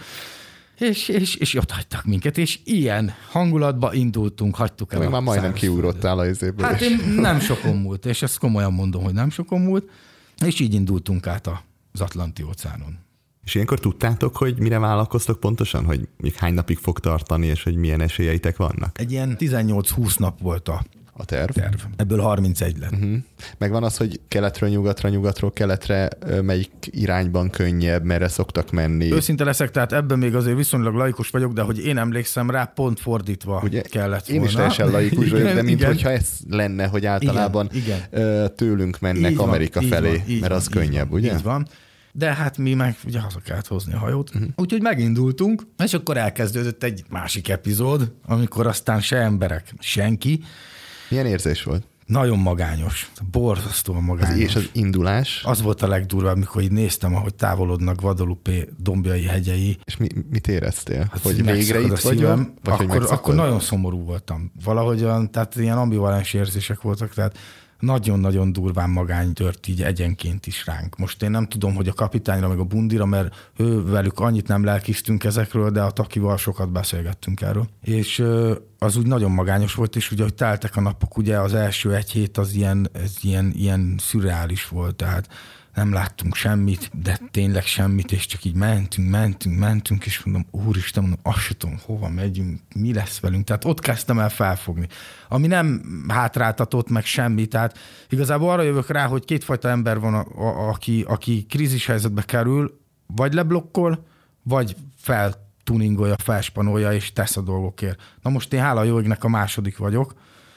és, és, és ott hagytak minket, és ilyen hangulatba indultunk, hagytuk el. Még már majdnem kiugrottál a izéből. Hát én nem sokon múlt, és ezt komolyan mondom, hogy nem sokon múlt, és így indultunk át az Atlanti-óceánon. És ilyenkor tudtátok, hogy mire vállalkoztok pontosan, hogy még hány napig fog tartani, és hogy milyen esélyeitek vannak? Egy ilyen tizennyolc-húsz nap volt a, a terv. terv. Ebből harmincegy lett. Uh-huh. Megvan az, hogy keletről nyugatra, nyugatról keletre melyik irányban könnyebb, merre szoktak menni. Őszinte leszek, tehát ebben még azért viszonylag laikus vagyok, de hogy én emlékszem rá, pont fordítva ugye, kellett én volna. Én is teljesen laikus igen, vagyok, de mintha ez lenne, hogy általában igen, igen. tőlünk mennek így Amerika van, felé, van, mert van, az könnyebb, van, ugye? Így van. De hát mi meg ugye haza kellett hozni a hajót. Uh-huh. Úgyhogy megindultunk, és akkor elkezdődött egy másik epizód, amikor aztán se emberek, senki. Milyen érzés volt? Nagyon magányos, borzasztóan magányos. Az, és az indulás? Az volt a legdurvább, amikor így néztem, ahogy távolodnak Guadalupe dombjai hegyei. És mi, mit éreztél? Hát hogy végre itt vagyok? Vagy akkor, akkor nagyon szomorú voltam. Valahogyan, tehát ilyen ambivalens érzések voltak, tehát nagyon-nagyon durván magány tört így egyenként is ránk. Most én nem tudom, hogy a kapitányra meg a bundira, mert ő velük annyit nem lelkiztünk ezekről, de a Takival sokat beszélgettünk erről. És az úgy nagyon magányos volt, és ugye, hogy teltek a napok, ugye az első egy hét az ilyen, ez ilyen, ilyen szürreális volt, tehát nem láttunk semmit, de tényleg semmit, és csak így mentünk, mentünk, mentünk, és mondom, úristen, mondom, azt sem tudom, hova megyünk, mi lesz velünk. Tehát ott kezdtem el felfogni. Ami nem hátráltatott meg semmi, tehát igazából arra jövök rá, hogy kétfajta ember van, a, a, aki, aki krízis helyzetbe kerül, vagy leblokkol, vagy feltuningolja, felspanolja, és tesz a dolgokért. Na most én hála jó égnek a második vagyok,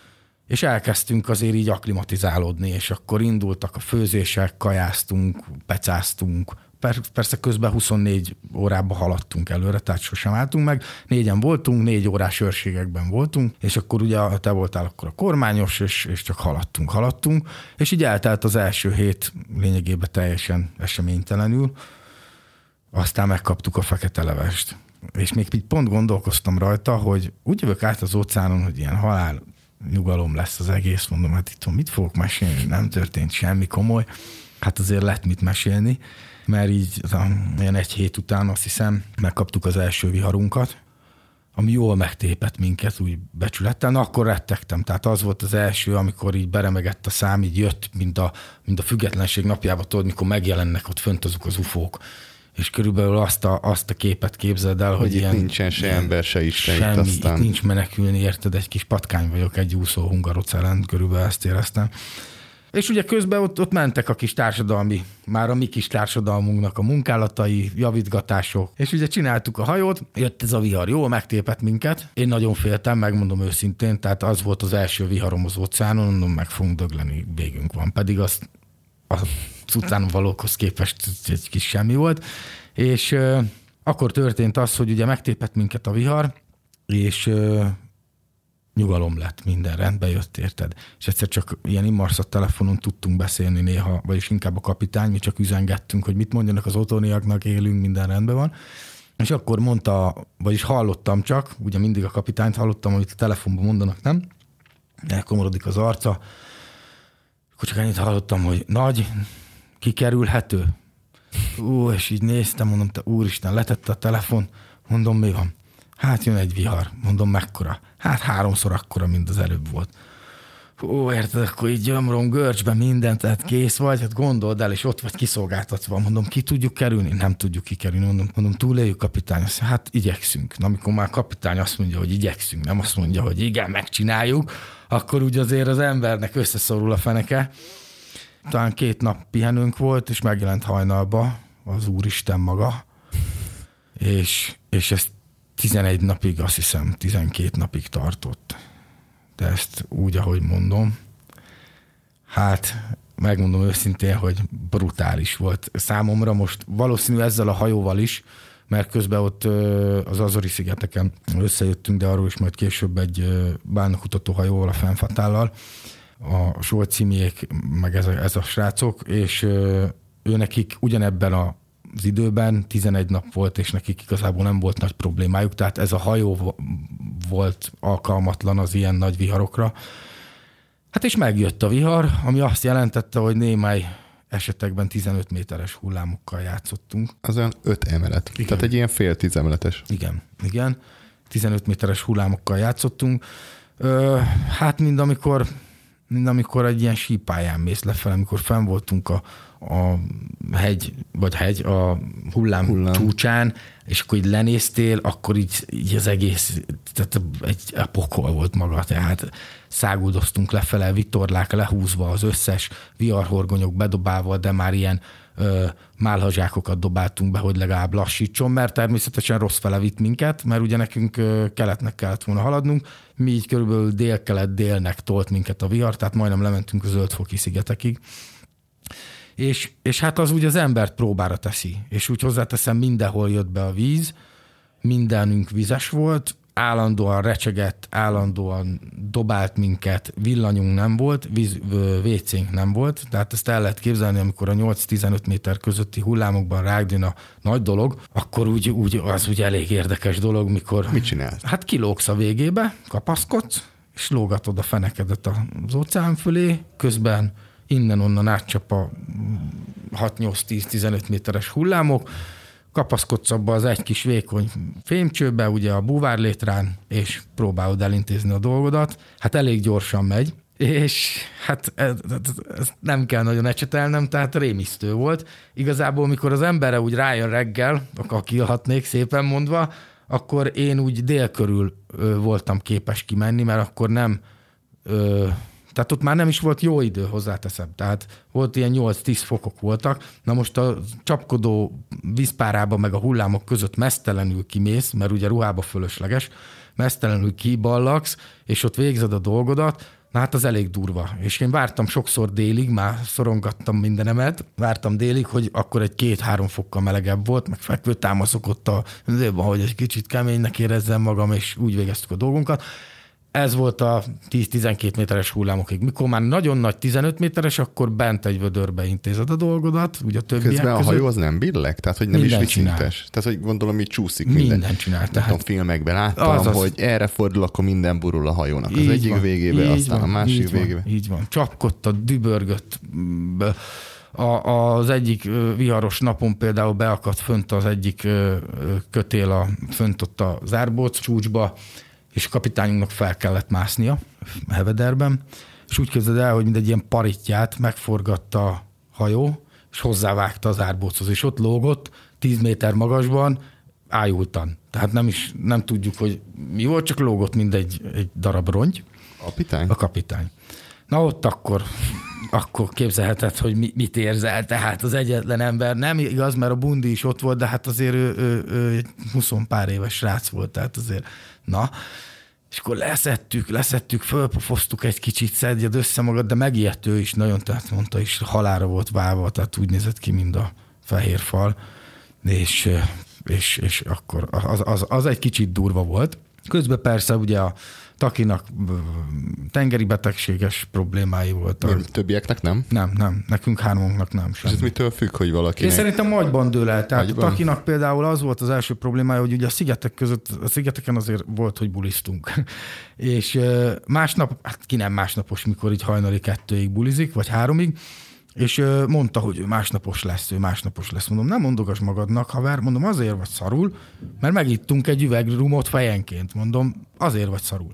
és elkezdtünk azért így akklimatizálódni, és akkor indultak a főzések, kajáztunk, pecáztunk. Persze közben huszonnégy órában haladtunk előre, tehát sosem álltunk meg. Négyen voltunk, négy órás őrségekben voltunk, és akkor ugye te voltál akkor a kormányos, és, és csak haladtunk, haladtunk, és így eltelt az első hét lényegében teljesen eseménytelenül. Aztán megkaptuk a fekete levest. És még így pont gondolkoztam rajta, hogy úgy jövök át az óceánon, hogy ilyen halál nyugalom lesz az egész, mondom, hát itt mit fogok mesélni, nem történt semmi komoly. Hát azért lett mit mesélni, mert így olyan egy hét után azt hiszem megkaptuk az első viharunkat, ami jól megtépett minket úgy becsülettel, na akkor rettegtem. Tehát az volt az első, amikor így beremegett a szám, így jött, mint a, mint a függetlenség napjában, tudod, mikor megjelennek ott fönt azok az ufók. És körülbelül azt a, azt a képet képzeld el, hogy, hogy ilyen, itt nincsen se ilyen, ember, se Isten semmi, itt aztán. Itt nincs menekülni, érted, egy kis patkány vagyok, egy úszó hungarocellen, körülbelül ezt éreztem. És ugye közben ott, ott mentek a kis társadalmi, már a mi kis társadalmunknak a munkálatai, javítgatások, és ugye csináltuk a hajót, jött ez a vihar, jól megtépett minket. Én nagyon féltem, megmondom őszintén, tehát az volt az első viharom az óceánon, mondom, meg fogunk dögleni, végünk van. Pedig az az utána valókhoz képest egy kis semmi volt. És euh, akkor történt az, hogy ugye megtépett minket a vihar, és euh, nyugalom lett, minden rendbe jött, érted? És egyszer csak ilyen immarszott telefonon tudtunk beszélni néha, vagyis inkább a kapitány, mi csak üzengettünk, hogy mit mondjanak az otthoniaknak, élünk, minden rendben van. És akkor mondta, vagyis hallottam csak, ugye mindig a kapitányt hallottam, amit a telefonban mondanak, nem? Elkomorodik az arca. Akkor csak ennyit hallottam, hogy nagy, kikerülhető. Ú, és így néztem, mondom, te úristen, letette a telefon, mondom, mi van? Hát jön egy vihar, mondom mekkora. Hát háromszor akkora, mint az előbb volt. Ó, érted, akkor így gyomrom görcsbe mindent, tehát kész vagy, hát gondold el, és ott vagy kiszolgáltatva. Mondom, ki tudjuk kerülni? Nem tudjuk kikerülni. Mondom, mondom túléljük, kapitány. Azt, hát igyekszünk. Na, amikor már kapitány azt mondja, hogy igyekszünk, nem azt mondja, hogy igen, megcsináljuk, akkor úgy azért az embernek összeszorul a feneke. Talán két nap pihenőnk volt, és megjelent hajnalba az Úristen maga, és, és ez tizenegy napig, azt hiszem, tizenkét napig tartott. De ezt úgy, ahogy mondom, hát megmondom őszintén, hogy brutális volt számomra most valószínű ezzel a hajóval is, mert közben ott az Azori-szigeteken összejöttünk, de arról is majd később egy bálnakutató hajóval, a Fenfatállal, a Solcimiék, meg ez a, ez a srácok, és ő nekik ugyanebben a az időben tizenegy nap volt, és nekik igazából nem volt nagy problémájuk, tehát ez a hajó volt alkalmatlan az ilyen nagy viharokra. Hát és megjött a vihar, ami azt jelentette, hogy némely esetekben tizenöt méteres hullámokkal játszottunk. Az olyan öt emelet. Igen. Tehát egy ilyen fél tíz emeletes. Igen, igen. tizenöt méteres hullámokkal játszottunk. Ö, hát mind amikor, mind amikor egy ilyen sípályán mész lefelé, amikor fenn voltunk a a hegy, vagy hegy, a hullám, hullám csúcsán, és akkor így lenéztél, akkor így, így az egész, tehát egy pokol volt maga, tehát száguldoztunk lefele, vitorlák lehúzva, az összes viharhorgonyok bedobálva, de már ilyen ö, málhazsákokat dobáltunk be, hogy legalább lassítson, mert természetesen rossz fele vitt minket, mert ugye nekünk ö, keletnek kellett volna haladnunk, mi így körülbelül dél-kelet-délnek tolt minket a vihar, tehát majdnem lementünk a Zöld-foki szigetekig. És, és hát az úgy az embert próbára teszi. És úgy hozzáteszem, mindenhol jött be a víz, mindenünk vizes volt, állandóan recsegett, állandóan dobált minket, villanyunk nem volt, víz, vécénk nem volt, tehát ezt el lehet képzelni, amikor a nyolc-tizenöt méter közötti hullámokban rágdön a nagy dolog, akkor úgy, úgy, az úgy elég érdekes dolog, mikor... Mit csinálsz? Hát kilógsz a végébe, kapaszkodsz, és lógatod a fenekedet az óceán fölé, közben innen-onnan átcsap a hat-nyolc-tíz-tizenöt méteres hullámok, kapaszkodsz abba az egy kis vékony fémcsőbe, ugye a búvárlétrán, és próbálod elintézni a dolgodat. Hát elég gyorsan megy, és hát ez, ez nem kell nagyon ecsetelnem, tehát rémisztő volt. Igazából, mikor az emberre úgy rájön reggel, akkor kilhatnék szépen mondva, akkor én úgy dél körül ö, voltam képes kimenni, mert akkor nem... Ö, Tehát ott már nem is volt jó idő, hozzáteszem. Tehát volt ilyen nyolc-tíz fokok voltak. Na most a csapkodó vízpárába meg a hullámok között meztelenül kimész, mert ugye ruhába fölösleges, meztelenül kiballagsz, és ott végzed a dolgodat, na hát az elég durva. És én vártam sokszor délig, már szorongattam mindenemet, vártam délig, hogy akkor egy két-három fokkal melegebb volt, meg fekvőtámaszok ott a zőben, hogy egy kicsit keménynek érezzem magam, és úgy végeztük a dolgunkat. Ez volt a tíz-tizenkét méteres hullámokig. Mikor már nagyon nagy tizenöt méteres, akkor bent egy vödörbe intézed a dolgodat, ugye a többiek közben a között. hajó az nem billeg? Tehát, hogy nem minden is vicintes? Tehát, hogy gondolom, hogy csúszik minden. Minden csinál. Tehát a filmekben láttam, az az... hogy erre fordul, akkor minden burul a hajónak. Az így egyik van, végébe, aztán van, a másik így végébe. Van, így van. Csapkodtad, dübörgött. A, az egyik viharos napon például beakadt fönt az egyik kötél a, fönt ott a zárbóc csúcsba, és a kapitányunknak fel kellett másznia a hevederben, és úgy képzeld el, hogy mindegy ilyen paritját megforgatta a hajó, és hozzávágta az árbóchoz, és ott lógott tíz méter magasban, ájultan. Tehát nem is, nem tudjuk, hogy mi volt, csak lógott mindegy egy darab rongy. A kapitány? A kapitány. Na ott akkor, akkor képzelheted, hogy mi, mit érzel, tehát az egyetlen ember, nem igaz, mert a bundi is ott volt, de hát azért ő, ő, ő egy húsz pár éves srác volt, tehát azért, na, és akkor leszettük, leszettük, fölpofoztuk egy kicsit, szedjed össze magad, de megijedt ő is nagyon, tehát mondta is, halálra volt válva, tehát úgy nézett ki, mint a fehér fal, és, és, és akkor az, az, az egy kicsit durva volt. Közben persze ugye a Takinak tengeri betegséges problémái voltak. Többieknek nem? Nem, nem. Nekünk hármunknak nem. És ez mitől függ, hogy valakinek... Én szerintem agyban dől el. Tehát agyban? A Takinak például az volt az első problémája, hogy ugye a szigetek között, a szigeteken azért volt, hogy bulisztunk. És másnap, hát ki nem másnapos, mikor így hajnali kettőig bulizik, vagy háromig, És mondta, hogy ő másnapos lesz, ő másnapos lesz. Mondom, nem mondogass magadnak, haver, mondom, azért vagy szarul, mert megittunk egy üveg rumot fejenként. Mondom, azért vagy szarul.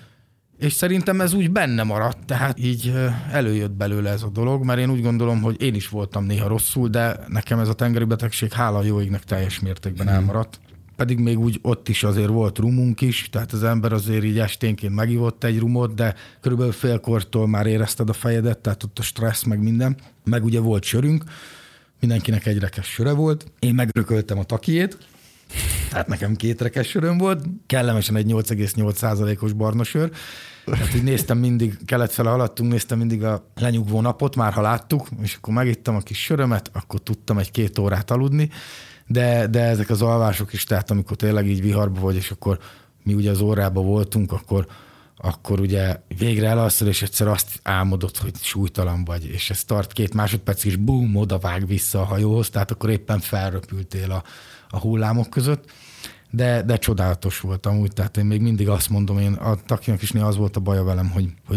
És szerintem ez úgy benne maradt, tehát így előjött belőle ez a dolog, mert én úgy gondolom, hogy én is voltam néha rosszul, de nekem ez a tengeri betegség hála jó égnek teljes mértékben elmaradt. Pedig még úgy ott is azért volt rumunk is, tehát az ember azért így esténként megivott egy rumot, de körülbelül félkortól már érezted a fejedet, tehát ott a stressz meg minden. Meg ugye volt sörünk, mindenkinek egy rekesz söre volt, én megrököltem a takiét, tehát nekem két rekesz söröm volt, kellemesen egy nyolc egész nyolc százalékos barna sör. Tehát így néztem mindig, kelet fele haladtunk, néztem mindig a lenyugvó napot, már ha láttuk, és akkor megittem a kis sörömet, akkor tudtam egy-két órát aludni, de, de ezek az alvások is, tehát amikor tényleg így viharba vagy, és akkor mi ugye az órában voltunk, akkor, akkor ugye végre elalszol, és egyszer azt álmodod, hogy súlytalan vagy, és ez tart két másodperc, és bum, oda vág vissza a hajóhoz, tehát akkor éppen felröpültél a, a hullámok között. De, de csodálatos volt amúgy, tehát én még mindig azt mondom, én a takinak is néha az volt a baja velem, hogy, hogy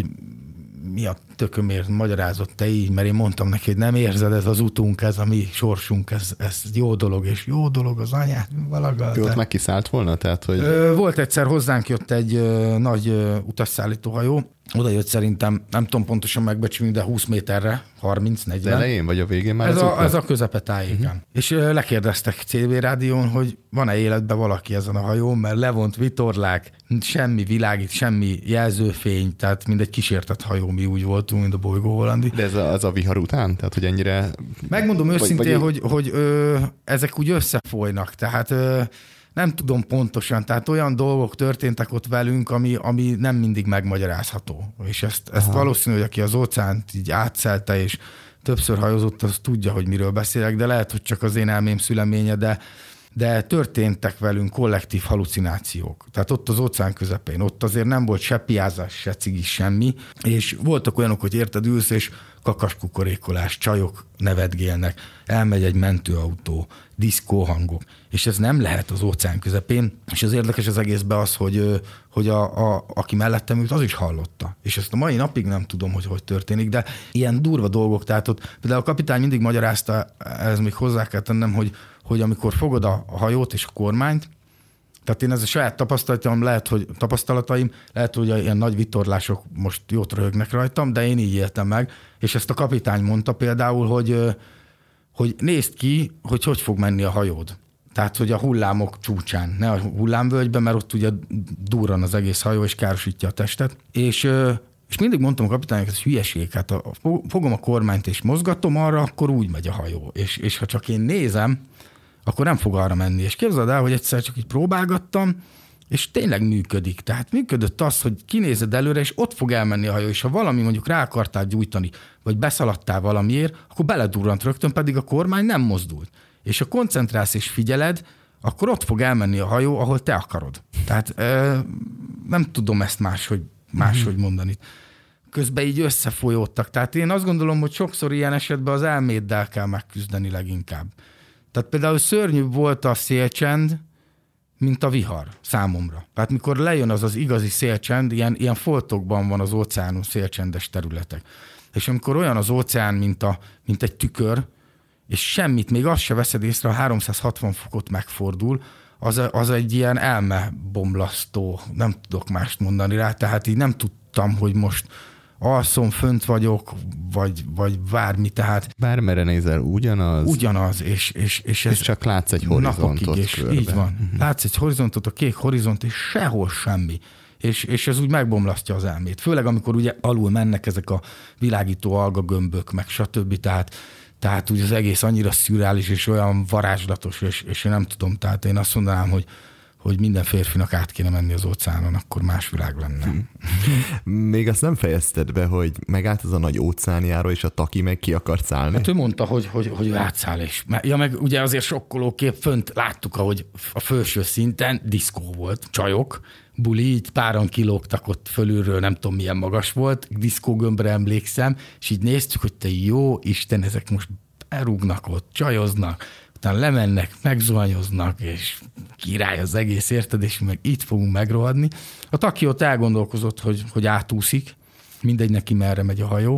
mi a tökömért magyarázott te így, mert én mondtam neki, hogy nem érzed, ez az utunk, ez a mi sorsunk, ez, ez jó dolog, és jó dolog az anyát, valaga. Ő ott meg kiszállt volna? Tehát, hogy... Volt egyszer hozzánk jött egy ö, nagy ö, utasszállítóhajó, oda jött szerintem, nem tudom pontosan megbecsülni, de húsz méterre, harminc negyven. De elején vagy a végén már ez az a, ez a közepe tájékán. Uh-huh. És ö, lekérdeztek cé bé rádión, hogy van-e életben valaki ezen a hajón, mert levont vitorlák, semmi világít, semmi jelzőfény, tehát mindegy kísértett hajó, mi úgy voltunk, mint a bolygó hollandi. De ez a, az a vihar után? Tehát, hogy ennyire... Megmondom őszintén, vagy, vagy... hogy, hogy ö, ezek úgy összefolynak, tehát... Ö, nem tudom pontosan, tehát olyan dolgok történtek ott velünk, ami, ami nem mindig megmagyarázható. És ezt, ezt valószínű, hogy aki az óceánt így átszelte, és többször hajózott, az tudja, hogy miről beszélek, de lehet, hogy csak az én elmém szüleménye, de, de történtek velünk kollektív halucinációk. Tehát ott az óceán közepén, ott azért nem volt se piázás, se cigi, semmi, és voltak olyanok, hogy érted, ülsz, és kakaskukorékolás, csajok nevetgélnek, elmegy egy mentőautó, diszkóhangok, és ez nem lehet az óceán közepén, és az érdekes az egészben az, hogy, hogy a, a, aki mellettem ült, az is hallotta. És ezt a mai napig nem tudom, hogy hogy történik, de ilyen durva dolgok, tehát ott például a kapitány mindig magyarázta, ez még hozzá kell tennem, hogy, hogy amikor fogod a hajót és a kormányt, tehát én ez a saját tapasztalataim, lehet, hogy tapasztalataim, lehet, hogy ilyen nagy vitorlások most jót röhögnek rajtam, de én így éltem meg, és ezt a kapitány mondta például, hogy, hogy nézd ki, hogy hogy fog menni a hajód. Tehát, hogy a hullámok csúcsán, ne a hullámvölgyben, mert ott ugye durran az egész hajó, és károsítja a testet. És, és mindig mondtam a kapitánynak, ez hülyeség, hát a, fogom a kormányt és mozgatom arra, akkor úgy megy a hajó. És, és ha csak én nézem, akkor nem fog arra menni. És képzeld el, hogy egyszer csak így próbálgattam, és tényleg működik. Tehát működött az, hogy kinézed előre, és ott fog elmenni a hajó, és ha valami mondjuk rá akartál gyújtani, vagy beszaladtál valamiért, akkor beledurrant rögtön, pedig a kormány nem mozdult. És ha koncentrálsz és figyeled, akkor ott fog elmenni a hajó, ahol te akarod. Tehát ö, nem tudom ezt máshogy, máshogy mondani. Közben így összefolyódtak. Tehát én azt gondolom, hogy sokszor ilyen esetben az elméddel kell megküzdeni leginkább. Tehát például szörnyűbb volt a szélcsend, mint a vihar számomra. Tehát mikor lejön az az igazi szélcsend, ilyen, ilyen foltokban van az óceánon szélcsendes területek. És amikor olyan az óceán, mint, a, mint egy tükör, és semmit, még azt se veszed észre, a háromszázhatvan fokot megfordul, az, az egy ilyen elmebomlasztó, nem tudok mást mondani rá, tehát így nem tudtam, hogy most alszom, fönt vagyok, vagy, vagy bármi, tehát... Bármere nézel, ugyanaz. Ugyanaz, és, és, és ez... És csak látsz egy horizontot és körbe. Így van. Uh-huh. Látsz egy horizontot, a kék horizont, és sehol semmi. És, és ez úgy megbomlasztja az elmét. Főleg, amikor ugye alul mennek ezek a világító algagömbök, meg stb. Tehát, tehát úgy az egész annyira szürreális, és olyan varázslatos, és, és én nem tudom, tehát én azt mondanám, hogy hogy minden férfinak át kéne menni az óceánon, akkor más világ lenne. Hmm. Még azt nem fejezted be, hogy megállt az a nagy óceánjáró, és a taki meg ki akart szállni? Hát ő mondta, hogy, hogy, hogy átszáll is. Ja, meg ugye azért sokkoló kép, fönt láttuk, ahogy a felső szinten diszkó volt, csajok, buli, így páran kilógtak ott fölülről, nem tudom milyen magas volt, diszkógömbre emlékszem, és így néztük, hogy te jó Isten, ezek most elrúgnak ott, csajoznak, utána lemennek, megzuhanyoznak, és király az egész, érted, és meg itt fogunk megrohadni. A taki ott elgondolkozott, hogy, hogy átúszik, mindegy neki merre megy a hajó,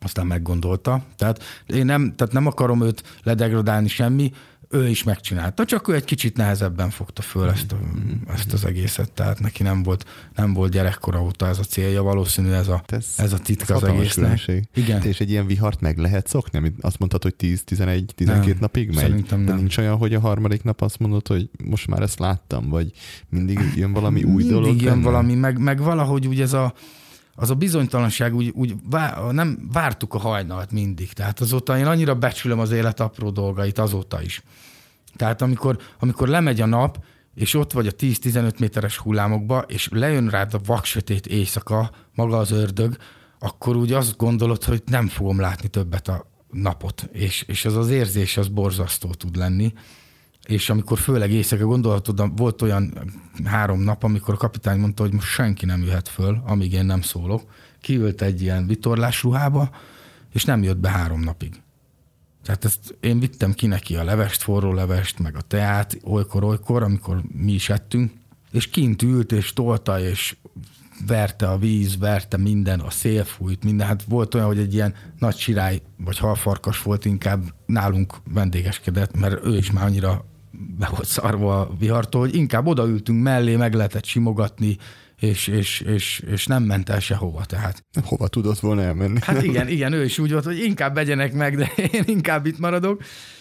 aztán meggondolta. Tehát én nem, tehát nem akarom őt ledegradálni semmi, ő is megcsinálta, csak ő egy kicsit nehezebben fogta föl ezt, a, ezt az egészet, tehát neki nem volt, nem volt gyerekkora óta ez a célja, valószínű ez a, ez, ez a titka ez az egésznek. Igen. És egy ilyen vihart meg lehet szokni, amit azt mondtad, hogy tíz, tizenegy, tizenkét napig megy? Szerintem nem. De nincs olyan, hogy a harmadik nap azt mondod, hogy most már ezt láttam, vagy mindig jön valami új mindig dolog? Mindig jön benne? valami, meg, meg valahogy úgy ez a az a bizonytalanság, úgy, úgy vá, nem vártuk a hajnalt mindig. Tehát azóta én annyira becsülöm az élet apró dolgait azóta is. Tehát amikor, amikor lemegy a nap, és ott vagy a tíz-tizenöt méteres hullámokba, és lejön rád a vaksötét éjszaka, maga az ördög, akkor úgy azt gondolod, hogy nem fogom látni többet a napot. És, és az az érzés, az borzasztó tud lenni. És amikor főleg éjszaka gondolhatod, volt olyan három nap, amikor a kapitány mondta, hogy most senki nem jöhet föl, amíg én nem szólok. Kiült egy ilyen vitorlás ruhába, és nem jött be három napig. Tehát ezt én vittem ki neki a levest, forró levest, meg a teát, olykor-olykor, amikor mi is ettünk, és kint ült, és tolta, és verte a víz, verte minden, a szél fújt, minden. Hát volt olyan, hogy egy ilyen nagy sirály, vagy halfarkas volt, inkább nálunk vendégeskedett, mert ő is már annyira be volt szarva a vihartól, hogy inkább odaültünk mellé, meg lehetett simogatni, és, és, és, és nem ment el sehova. Tehát. Hova tudott volna elmenni? Hát igen, igen, ő is úgy volt, hogy inkább vegyenek meg, de én inkább itt maradok.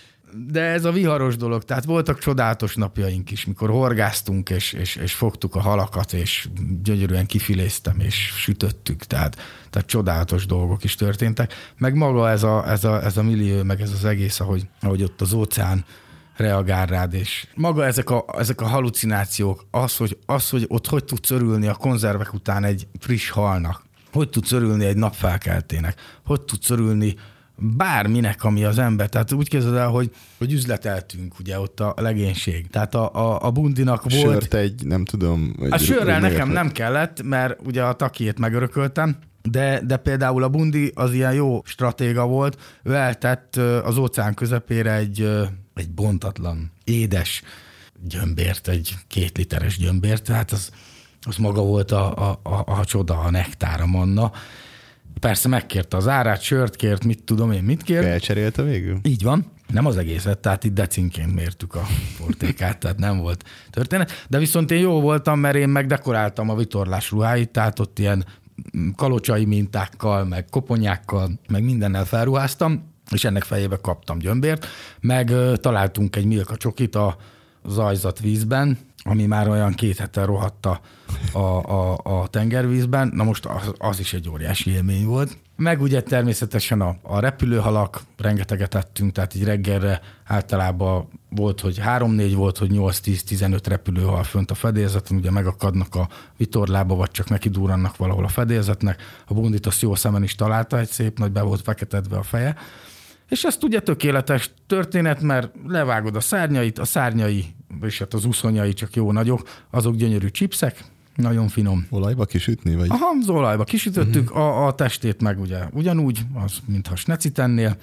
De ez a viharos dolog, tehát voltak csodálatos napjaink is, mikor horgáztunk, és, és, és fogtuk a halakat, és gyönyörűen kifiléztem, és sütöttük, tehát, tehát csodálatos dolgok is történtek. Meg maga ez a, ez a, ez a millió, meg ez az egész, ahogy, ahogy ott az óceán reagál rád, és maga ezek a, ezek a halucinációk, az hogy, az, hogy ott hogy tudsz örülni a konzervek után egy friss halnak, hogy tudsz örülni egy napfelkeltének, hogy tudsz örülni bárminek, ami az ember. Tehát úgy képzeld el, hogy, hogy üzleteltünk, ugye ott a legénység. Tehát a, a, a bundinak volt... Sört egy, nem tudom... A sörrel nekem nem kellett, mert ugye a takiét megörököltem, de, de például a bundi az ilyen jó stratéga volt, ő eltett az óceán közepére egy, egy bontatlan, édes gyömbért, egy két literes gyömbért, tehát az, az maga volt a, a, a, a csoda, a nektár, a manna. Persze megkérte az árát, sört kért, mit tudom én, mit kért. Elcserélte végül? Így van. Nem az egészet, tehát itt decinként mértük a portékát, tehát nem volt történet. De viszont én jó voltam, mert én megdekoráltam a vitorlás ruháit, tehát ott ilyen kalocsai mintákkal, meg koponyákkal, meg mindennel felruháztam, és ennek fejébe kaptam gyömbért, meg uh, találtunk egy Milka csokit a zajzat vízben, ami már olyan két hete rohadt a, a, a, a tengervízben. Na most az, az is egy óriási élmény volt. Meg ugye természetesen a, a repülőhalak, rengeteget ettünk, tehát így reggelre általában volt, hogy három-négy volt, hogy nyolc-tíz-tizenöt repülőhal fönt a fedélzeten, ugye megakadnak a vitorlába, vagy csak neki durrannak valahol a fedélzetnek. A bundit azt jó szemen is találta, egy szép nagy be volt feketedve a feje. És ezt ugye tökéletes történet, mert levágod a szárnyait, a szárnyai, és hát az uszonyai csak jó nagyok, azok gyönyörű chipsek, nagyon finom. Olajba kisütni? Vagy? Aha, az olajba kisütöttük, uh-huh. a, a testét meg ugye ugyanúgy, az mintha sneci tennél.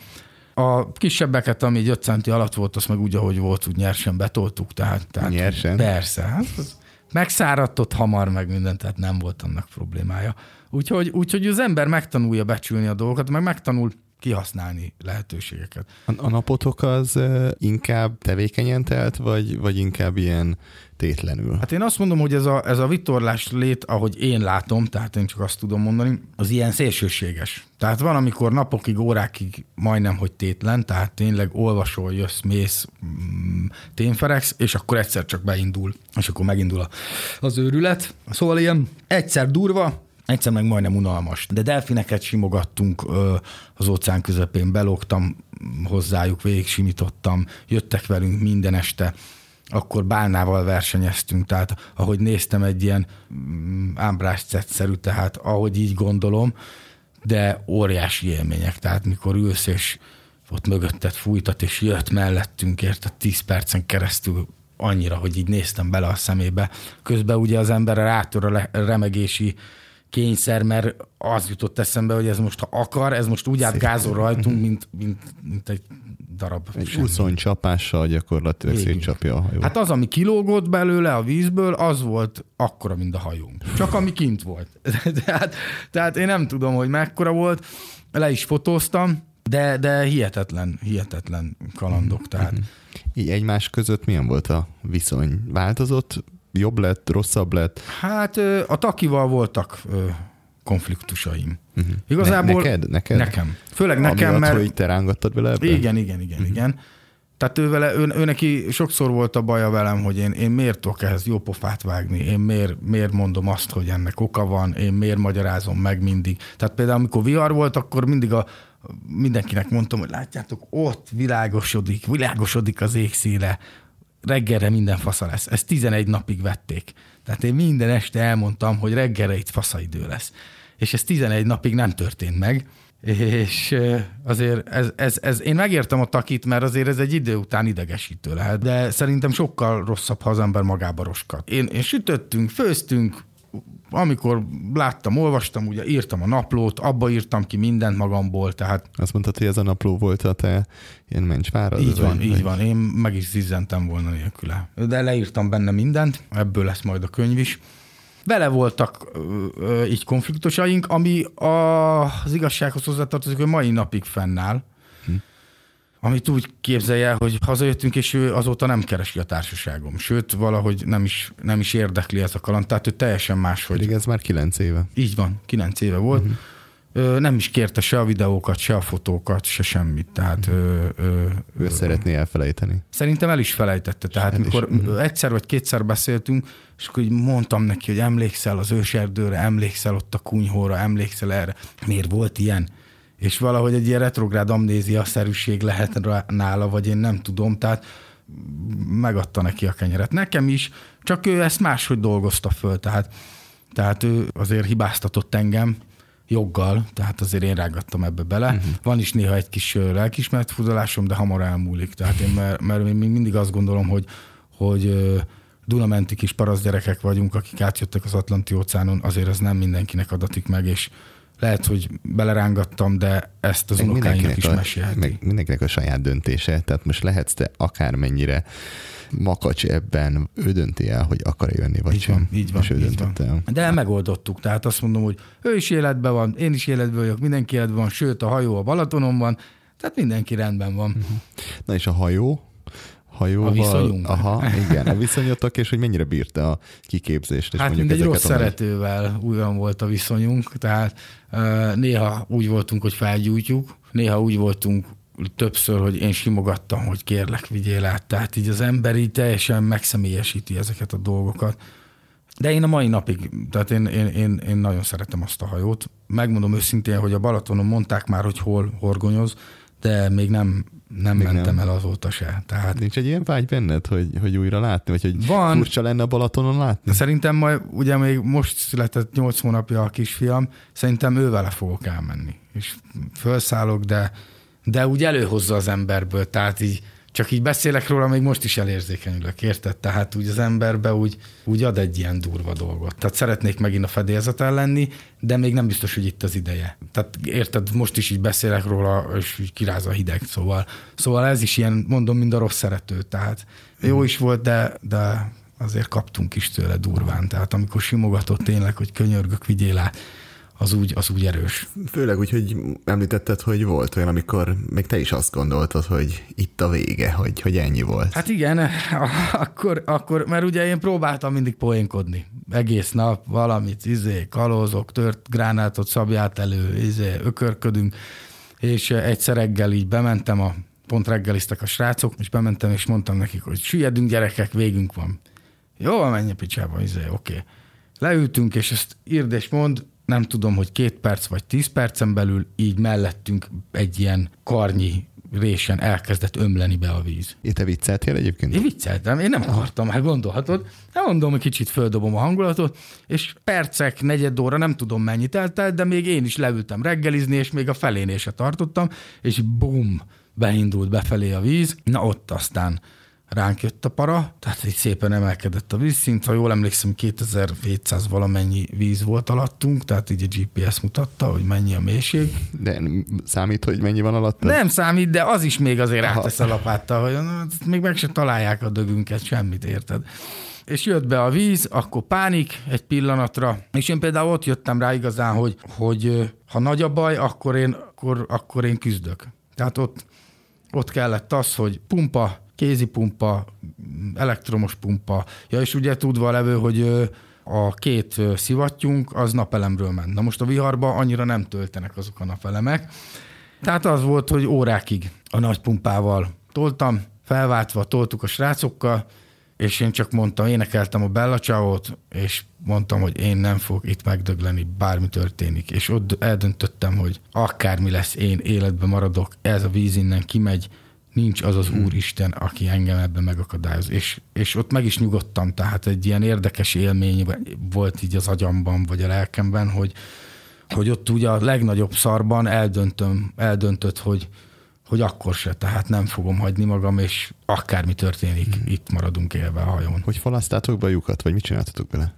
A kisebbeket, ami egy öt centi alatt volt, azt meg úgy, ahogy volt, úgy nyersen betoltuk. Tehát, tehát nyersen? Persze. Hát az megszáradt ott hamar, meg minden, tehát nem volt annak problémája. Úgyhogy, úgyhogy az ember megtanulja becsülni a dolgokat, meg megtanul kihasználni lehetőségeket. A, a napotok az uh, inkább tevékenyen telt, vagy, vagy inkább ilyen tétlenül? Hát én azt mondom, hogy ez a, ez a vitorlás lét, ahogy én látom, tehát én csak azt tudom mondani, az ilyen szélsőséges. Tehát van, amikor napokig, órákig majdnem, hogy tétlen, tehát tényleg olvasol, jössz, mész, mm, tényferegsz, és akkor egyszer csak beindul, és akkor megindul a, az őrület. Szóval ilyen egyszer durva, egyszer meg majdnem unalmas. De delfineket simogattunk ö, az óceán közepén, belógtam hozzájuk, végig simítottam, jöttek velünk minden este, akkor bálnával versenyeztünk, tehát ahogy néztem egy ilyen mm, ámbrászetszerű, tehát ahogy így gondolom, de óriási élmények, tehát mikor ülsz és ott mögötted fújtat, és jött mellettünk, érted, tíz percen keresztül annyira, hogy így néztem bele a szemébe. Közben ugye az emberre rátör a remegési kényszer, mert az jutott eszembe, hogy ez most, ha akar, ez most úgy átgázol rajtunk, mint, mint, mint egy darab. Egy úszonycsapással gyakorlatilag szétcsapja a hajót. Hát az, ami kilógott belőle a vízből, az volt akkora, mint a hajónk. Csak ami kint volt. tehát, tehát én nem tudom, hogy mekkora volt, le is fotóztam, de, de hihetetlen, hihetetlen kalandok. Tehát. Így egymás között milyen volt a viszony? Változott? Jobb lett, rosszabb lett? Hát a Takival voltak konfliktusaim. Uh-huh. Igazából... Ne, neked? neked? Nekem. Főleg nekem, Amiatt, mert... hogy te rángattad vele ebben? Igen, igen, igen, uh-huh. igen. Tehát ő, vele, ő, ő neki sokszor volt a baja velem, hogy én, én miért tudok ehhez jó pofát vágni, én miért, miért mondom azt, hogy ennek oka van, én miért magyarázom meg mindig. Tehát például amikor vihar volt, akkor mindig a, mindenkinek mondtam, hogy látjátok, ott világosodik, világosodik az égszíne, reggelre minden fasza lesz. Ezt tizenegy napig vették. Tehát én minden este elmondtam, hogy reggelre itt faszaidő lesz. És ez tizenegy napig nem történt meg. És azért ez, ez, ez, én megértem a Takit, mert azért ez egy idő után idegesítő lehet, de szerintem sokkal rosszabb, ha az ember magába roskat. Én, én sütöttünk, főztünk, amikor láttam, olvastam, ugye írtam a naplót, abba írtam ki mindent magamból, tehát... Azt mondtad, hogy ez a napló volt a te ilyen mencsvárad? Így van, vagy, így vagy... van. Én meg is zizzentem volna nélküle. De leírtam benne mindent, ebből lesz majd a könyv is. Vele voltak ö, ö, így konfliktusaink, ami a, az igazsághoz hozzátartozik, hogy mai napig fennáll. Hm. Amit úgy képzelje, hogy hazajöttünk, és ő azóta nem keresi a társaságom. Sőt, valahogy nem is, nem is érdekli ez a kaland. Tehát ő teljesen máshogy. Pedig ez már kilenc éve. Így van, kilenc éve volt. Uh-huh. Ö, nem is kérte se a videókat, se a fotókat, se semmit. Tehát, uh-huh. ö, ö, ő ö, szeretné elfelejteni. Szerintem el is felejtette. Tehát mikor uh-huh. egyszer vagy kétszer beszéltünk, és akkor így mondtam neki, hogy emlékszel az őserdőre, emlékszel ott a kunyhóra, emlékszel erre. Miért volt ilyen? És valahogy egy ilyen retrográd amnézia-szerűség lehet nála, vagy én nem tudom, tehát megadta neki a kenyeret. Nekem is, csak ő ezt máshogy dolgozta föl, tehát, tehát ő azért hibáztatott engem joggal, tehát azért én rágattam ebbe bele. Uh-huh. Van is néha egy kis lelkiismeret fudalásom, de hamar elmúlik. Tehát én, mert, mert én mindig azt gondolom, hogy, hogy Dunamenti kis paraszt gyerekek vagyunk, akik átjöttek az Atlanti-óceánon, azért ez nem mindenkinek adatik meg, és lehet, hogy belerángattam, de ezt az meg unokáinak is mesélheti. Meg mindenkinek a saját döntése, tehát most lehetsz te akármennyire makacs ebben, ő dönti el, hogy akar jönni, vagy így sem. Van, így van, és ő így döntött van. el. De megoldottuk, tehát azt mondom, hogy ő is életben van, én is életben vagyok, mindenki életben van, sőt a hajó a Balatonon van, tehát mindenki rendben van. Uh-huh. Na és a hajó? Hajóval, a viszonyunk. Aha, igen, a viszonyodtak, és hogy mennyire bírta a kiképzést. És hát mondjuk mindegy rossz a szeretővel olyan volt a viszonyunk, tehát uh, néha úgy voltunk, hogy felgyújtjuk, néha úgy voltunk többször, hogy én simogattam, hogy kérlek, vigyél át. Tehát így az ember így teljesen megszemélyesíti ezeket a dolgokat. De én a mai napig, tehát én, én, én, én nagyon szeretem azt a hajót. Megmondom őszintén, hogy a Balatonon mondták már, hogy hol horgonyoz, de még nem, nem még mentem nem. el azóta se. Tehát... Nincs egy ilyen vágy benned, hogy, hogy újra látni, vagy hogy van, furcsa lenne a Balatonon látni? Szerintem majd, ugye még most született nyolc hónapja a kisfiam, szerintem ő vele fogok elmenni. És felszállok, de, de úgy előhozza az emberből, tehát így csak így beszélek róla, még most is elérzékenyülök, érted? Tehát úgy az emberbe úgy, úgy ad egy ilyen durva dolgot. Tehát szeretnék megint a fedélzeten lenni, de még nem biztos, hogy itt az ideje. Tehát érted, most is így beszélek róla, és így kiráz a hideg, szóval. Szóval ez is ilyen, mondom, mind a rossz szerető. Tehát jó is volt, de, de azért kaptunk is tőle durván. Tehát amikor simogatott tényleg, hogy könyörgök, vigyél át, az úgy, az úgy erős. Főleg úgy, hogy említetted, hogy volt olyan, amikor még te is azt gondoltad, hogy itt a vége, hogy, hogy ennyi volt. Hát igen, akkor, akkor, mert ugye én próbáltam mindig poénkodni. Egész nap valamit, izé, kalózok, tört gránátot, szabját elő, izé, ökörködünk, és egyszer reggel így bementem, a, pont reggeliztek a srácok, és bementem, és mondtam nekik, hogy süllyedünk gyerekek, végünk van. Jó, menj a picsába, izé, oké. Okay. Leültünk, és ezt írd és mond, nem tudom, hogy két perc vagy tíz percen belül így mellettünk egy ilyen karnyi résen elkezdett ömleni be a víz. Én te vicceltél egyébként? Én vicceltem, én nem akartam, hát gondolhatod. Nem mondom, hogy kicsit földobom a hangulatot, és percek, negyed óra, nem tudom mennyit eltelt, de még én is leültem reggelizni, és még a felénél se tartottam, és bum, beindult befelé a víz. Na ott aztán ránk jött a para, tehát így szépen emelkedett a vízszint, ha jól emlékszem, kétezer-hétszáz valamennyi víz volt alattunk, tehát így a gé pé es mutatta, hogy mennyi a mélység. De számít, hogy mennyi van alatt? Nem számít, de az is még azért rátesz a lapáttal, hogy na, még meg se találják a dögünket, semmit, érted. És jött be a víz, akkor pánik egy pillanatra, és én például ott jöttem rá igazán, hogy, hogy ha nagy a baj, akkor én akkor, akkor én küzdök. Tehát ott, ott kellett az, hogy pumpa, kézi pumpa, elektromos pumpa, ja, és ugye tudva a levő, hogy a két szivattyunk az napelemről ment. Na most a viharba annyira nem töltenek azok a napelemek. Tehát az volt, hogy órákig a nagy pumpával toltam, felváltva toltuk a srácokkal, és én csak mondtam, énekeltem a Bella Ciao-t, és mondtam, hogy én nem fogok itt megdögleni, bármi történik. És ott eldöntöttem, hogy akármi lesz, én életben maradok, ez a víz innen kimegy, nincs az az hmm. Úristen, aki engem ebben megakadályoz. És, és ott meg is nyugodtam, tehát egy ilyen érdekes élmény volt így az agyamban, vagy a lelkemben, hogy, hogy ott ugye a legnagyobb szarban eldöntöm, eldöntött, hogy hogy akkor se, tehát nem fogom hagyni magam, és akármi történik, hmm. itt maradunk élve a hajón. Hogy falasztátok be a lyukat, vagy mit csináltatok bele?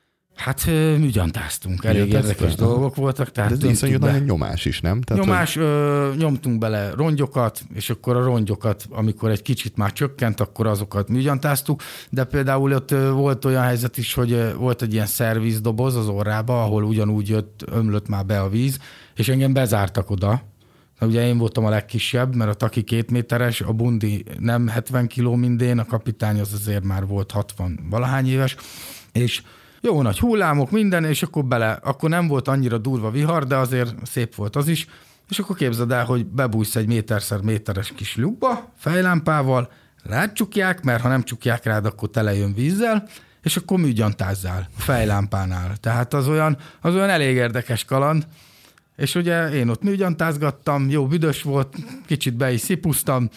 Hát műgyantáztunk, elég Műgyantáztunk? érdekes dolgok voltak. Tehát de ez iszonyú nagy nyomás is, nem? Tehát, nyomás, hogy... ö, nyomtunk bele rongyokat, és akkor a rongyokat, amikor egy kicsit már csökkent, akkor azokat műgyantáztuk, de például ott volt olyan helyzet is, hogy volt egy ilyen szervizdoboz az orrába, ahol ugyanúgy jött, ömlött már be a víz, és engem bezártak oda. Na, ugye én voltam a legkisebb, mert a taki két méteres, a bundi nem hetven kiló mindén, a kapitány az azért már volt hatvan valahány éves, és jó nagy hullámok, minden, és akkor bele, akkor nem volt annyira durva vihar, de azért szép volt az is, és akkor képzeld el, hogy bebújsz egy méterszer méteres kis lyukba, fejlámpával, rácsukják, mert ha nem csukják rád, akkor tele jön vízzel, és akkor műgyantázzál a fejlámpánál. Tehát az olyan, az olyan elég érdekes kaland. És ugye én ott műgyantázgattam, jó büdös volt, kicsit be is szipusztam,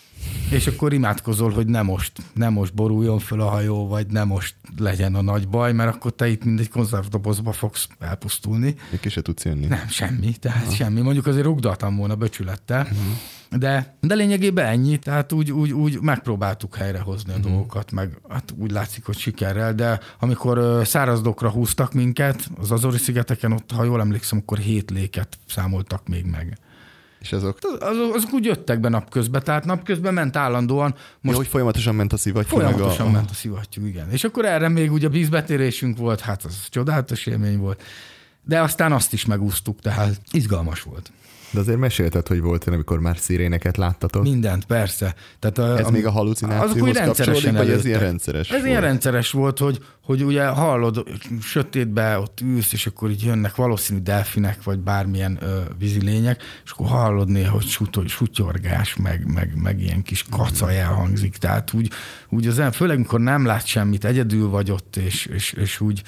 és akkor imádkozol, hogy ne most, ne most boruljon föl a hajó, vagy ne most legyen a nagy baj, mert akkor te itt mindegy konzervdobozba fogsz elpusztulni. Még ki se tudsz jönni. Nem, semmi, tehát ha. semmi. Mondjuk azért rugdaltam volna böcsülettel, uh-huh. de, de lényegében ennyi, tehát úgy, úgy, úgy megpróbáltuk helyrehozni a uh-huh. dolgokat, meg hát úgy látszik, hogy sikerrel, de amikor uh, szárazdokra húztak minket, az Azori-szigeteken ott, ha jól emlékszem, akkor hét léket számoltak még meg. És azok? Azok, azok úgy jöttek be napközben, tehát napközben ment állandóan. Most ja, hogy folyamatosan ment a szivattyú? Folyamatosan meg a... ment a szivattyú, igen. És akkor erre még ugye vízbetérésünk volt, hát az csodálatos élmény volt. De aztán azt is megúsztuk, tehát izgalmas volt. De azért mesélted, hogy volt, amikor már sziréneket láttatok? Mindent, persze. Tehát, ez ami, még a hallucinációhoz kapcsolódik, vagy ez ilyen rendszeres Ez volt? Ilyen rendszeres volt, hogy, hogy ugye hallod, sötétbe ott ülsz, és akkor így jönnek valószínű delfinek, vagy bármilyen ö, vízilények, és akkor hallod néha, hogy sut, sutyorgás, meg, meg, meg ilyen kis kacaj elhangzik. Tehát úgy, úgy az el, főleg, amikor nem lát semmit, egyedül vagy ott, és, és, és úgy,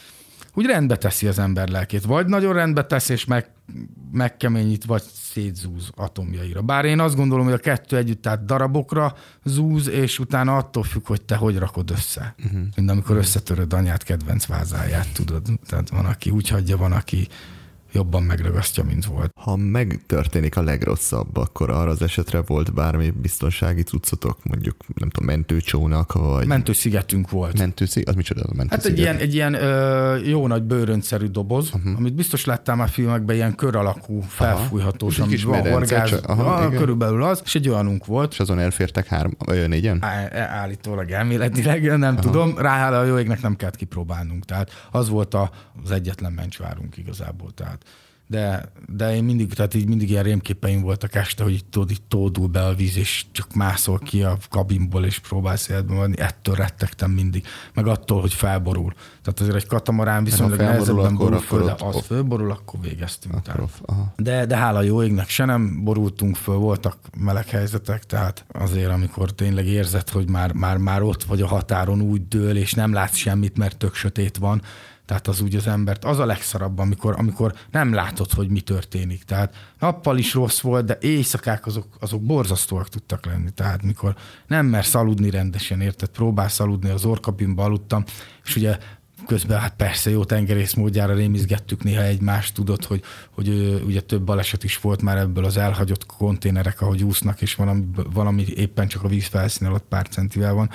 úgy rendbe teszi az ember lelkét. Vagy nagyon rendbe tesz, és meg, megkeményít, vagy szétzúz atomjaira. Bár én azt gondolom, hogy a kettő együtt, tehát darabokra zúz, és utána attól függ, hogy te hogy rakod össze. Uh-huh. Mint amikor összetöröd anyád kedvenc vázáját, tudod. Tehát van, aki úgy hagyja, van, aki jobban megragasztja, mint volt. Ha megtörténik a legrosszabb, akkor arra az esetre volt bármi biztonsági cuccotok, mondjuk, nem tudom, mentőcsónak, vagy... Mentőszigetünk volt. Mentősziget? Az micsoda a mentősziget? Hát egy ilyen, egy ilyen ö, jó nagy bőröntszerű doboz, uh-huh. amit biztos láttál már filmekben, ilyen kör alakú, felfújhatós, amit van horgáz. Aha, körülbelül az, és egy olyanunk volt. És azon elfértek három, vagy négyen? Á, állítólag elméletileg, nem aha. tudom. Rá a jó égnek nem kellett kipróbálnunk. Tehát az volt a, az egyetlen mencsvárunk igazából. Tehát De, de én mindig, tehát így mindig ilyen rémképeim voltak este, hogy itt, tudod, itt tódul be a víz, és csak mászol ki a kabinból, és próbálsz életben venni. Ettől rettegtem mindig, meg attól, hogy felborul. Tehát azért egy katamarán viszonylag nehezebben borul föl, de az fölborul, akkor végeztünk. Akkor de, de hála jó égnek, se nem borultunk föl, voltak meleg helyzetek, tehát azért, amikor tényleg érzed, hogy már, már, már ott vagy a határon, úgy dől, és nem látsz semmit, mert tök sötét van. Tehát az úgy az embert, az a legszarabb, amikor, amikor nem látod, hogy mi történik. Tehát nappal is rossz volt, de éjszakák azok, azok borzasztóak tudtak lenni. Tehát mikor nem mersz aludni rendesen, érted? Próbálsz aludni, az orrkabinba aludtam, és ugye közben hát persze jó tengerész módjára rémizgettük néha egymást, tudod, hogy, hogy ugye több baleset is volt már ebből az elhagyott konténerek, ahogy úsznak, és valami, valami éppen csak a víz felszín alatt pár centivel van.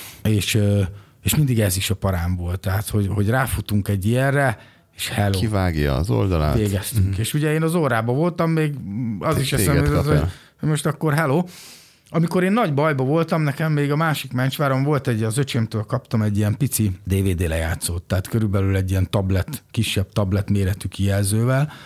És És mindig ez is a parám volt, tehát hogy, hogy ráfutunk egy ilyenre, és hello. Kivágja az oldalát. Végeztünk. Mm. És ugye én az órába voltam, még az is eszembe, hogy, hogy most akkor hello. Amikor én nagy bajba voltam, nekem még a másik mencsváron volt egy, az öcsémtől kaptam egy ilyen pici dé vé dé lejátszót, tehát körülbelül egy ilyen tablet, kisebb tablet méretű kijelzővel,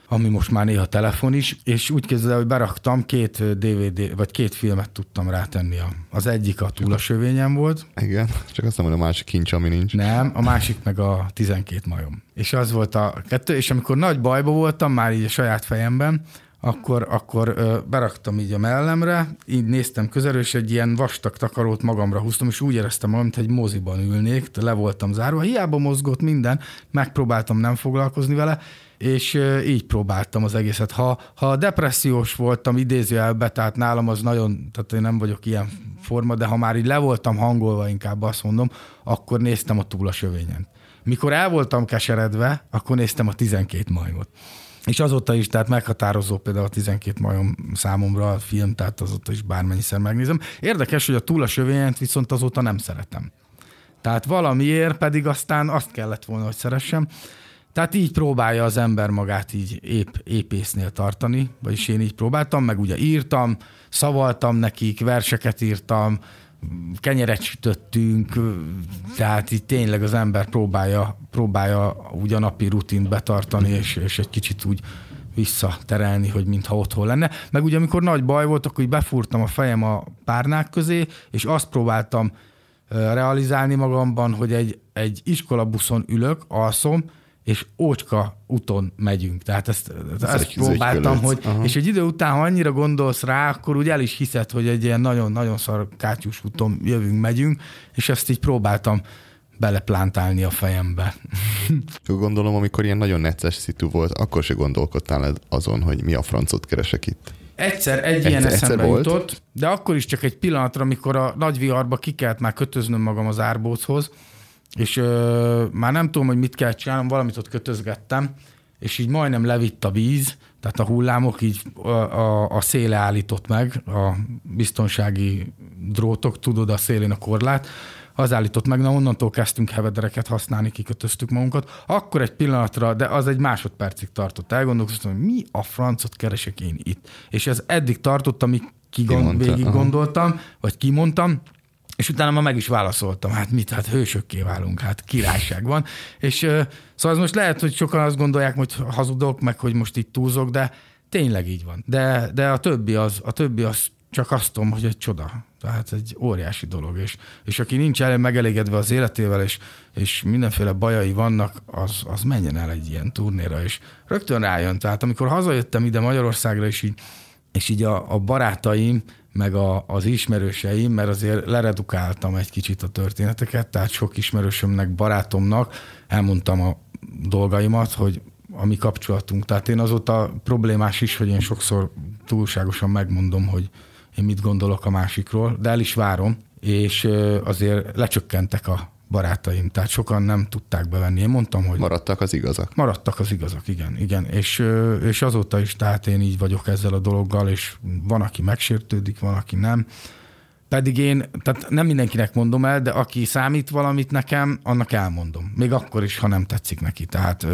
ami most már néha telefon is, és úgy képzeld, hogy beraktam két dé vé dé, vagy két filmet tudtam rátenni. Az egyik a Túl a sövényen volt. Igen, csak azt mondom, hogy a másik kincs, ami nincs. Nem, a másik meg a tizenkét majom. És az volt a kettő, és amikor nagy bajba voltam, már így a saját fejemben, akkor, akkor ö, beraktam így a mellemre, így néztem közelről, és egy ilyen vastag takarót magamra húztam, és úgy éreztem magam, mint egy moziban ülnék, le voltam zárva, hiába mozgott minden, megpróbáltam nem foglalkozni vele, és ö, így próbáltam az egészet. Ha, ha depressziós voltam idézőjelbe, tehát nálam az nagyon, tehát én nem vagyok ilyen forma, de ha már így le voltam hangolva, inkább azt mondom, akkor néztem a Túl a sövényen. Mikor el voltam keseredve, akkor néztem a tizenkét majmot. És azóta is, tehát meghatározó például a tizenkét majom számomra a film, tehát azóta is bármennyiszer megnézem. Érdekes, hogy a Túl a sövényen viszont azóta nem szeretem. Tehát valamiért pedig aztán azt kellett volna, hogy szeressem. Tehát így próbálja az ember magát így épp, épésznél tartani, vagyis én így próbáltam, meg ugye írtam, szavaltam nekik, verseket írtam, kenyeret sütöttünk, tehát így tényleg az ember próbálja, próbálja úgy a napi rutint betartani, és, és egy kicsit úgy visszaterelni, hogy mintha otthon lenne. Meg ugye amikor nagy baj volt, akkor így befúrtam a fejem a párnák közé, és azt próbáltam realizálni magamban, hogy egy, egy iskolabuszon ülök, alszom, és ócska úton megyünk. Tehát ezt, ezt, ezt próbáltam, hogy, és egy idő után, ha annyira gondolsz rá, akkor úgy el is hiszed, hogy egy ilyen nagyon-nagyon szar kátyús úton jövünk, megyünk, és ezt így próbáltam beleplántálni a fejembe. Gondolom, amikor ilyen nagyon necces szitu volt, akkor se gondolkodtál azon, hogy mi a francot keresek itt. Egyszer egy egyszer, ilyen eszembe jutott, de akkor is csak egy pillanatra, amikor a nagy viharba ki kellett már kötöznöm magam az árbóchoz, és ö, már nem tudom, hogy mit kell csinálnom, valamit ott kötözgettem, és így majdnem levitt a víz, tehát a hullámok így a, a, a széle állított meg, a biztonsági drótok, tudod, a szélén a korlát, az állított meg, na onnantól kezdtünk hevedereket használni, kikötöztük magunkat. Akkor egy pillanatra, de az egy másodpercig tartott. Elgondolkoztam, hogy mi a francot keresek én itt. És ez eddig tartott, amíg kigond, végig gondoltam, vagy kimondtam, és utána már meg is válaszoltam, hát mit, hát hősökké válunk, hát királyság van. És uh, szóval most lehet, hogy sokan azt gondolják, hogy hazudok, meg hogy most itt túlzok, de tényleg így van. De, de a többi az, a többi az csak azt tudom, hogy egy csoda. Tehát egy óriási dolog. És, és aki nincs el megelégedve az életével, és, és mindenféle bajai vannak, az, az menjen el egy ilyen turnéra, és rögtön rájön. Tehát amikor hazajöttem ide Magyarországra, és így, és így a, a barátaim, meg a, az ismerőseim, mert azért leredukáltam egy kicsit a történeteket, tehát sok ismerősömnek, barátomnak elmondtam a dolgaimat, hogy a mi kapcsolatunk. Tehát én azóta problémás is, hogy én sokszor túlságosan megmondom, hogy én mit gondolok a másikról, de el is várom, és azért lecsökkentek a barátaim, tehát sokan nem tudták bevenni. Én mondtam, hogy... Maradtak az igazak. Maradtak az igazak, igen. igen. És, és azóta is, tehát én így vagyok ezzel a dologgal, és van, aki megsértődik, van, aki nem. Pedig én, tehát nem mindenkinek mondom el, de aki számít valamit nekem, annak elmondom. Még akkor is, ha nem tetszik neki. Tehát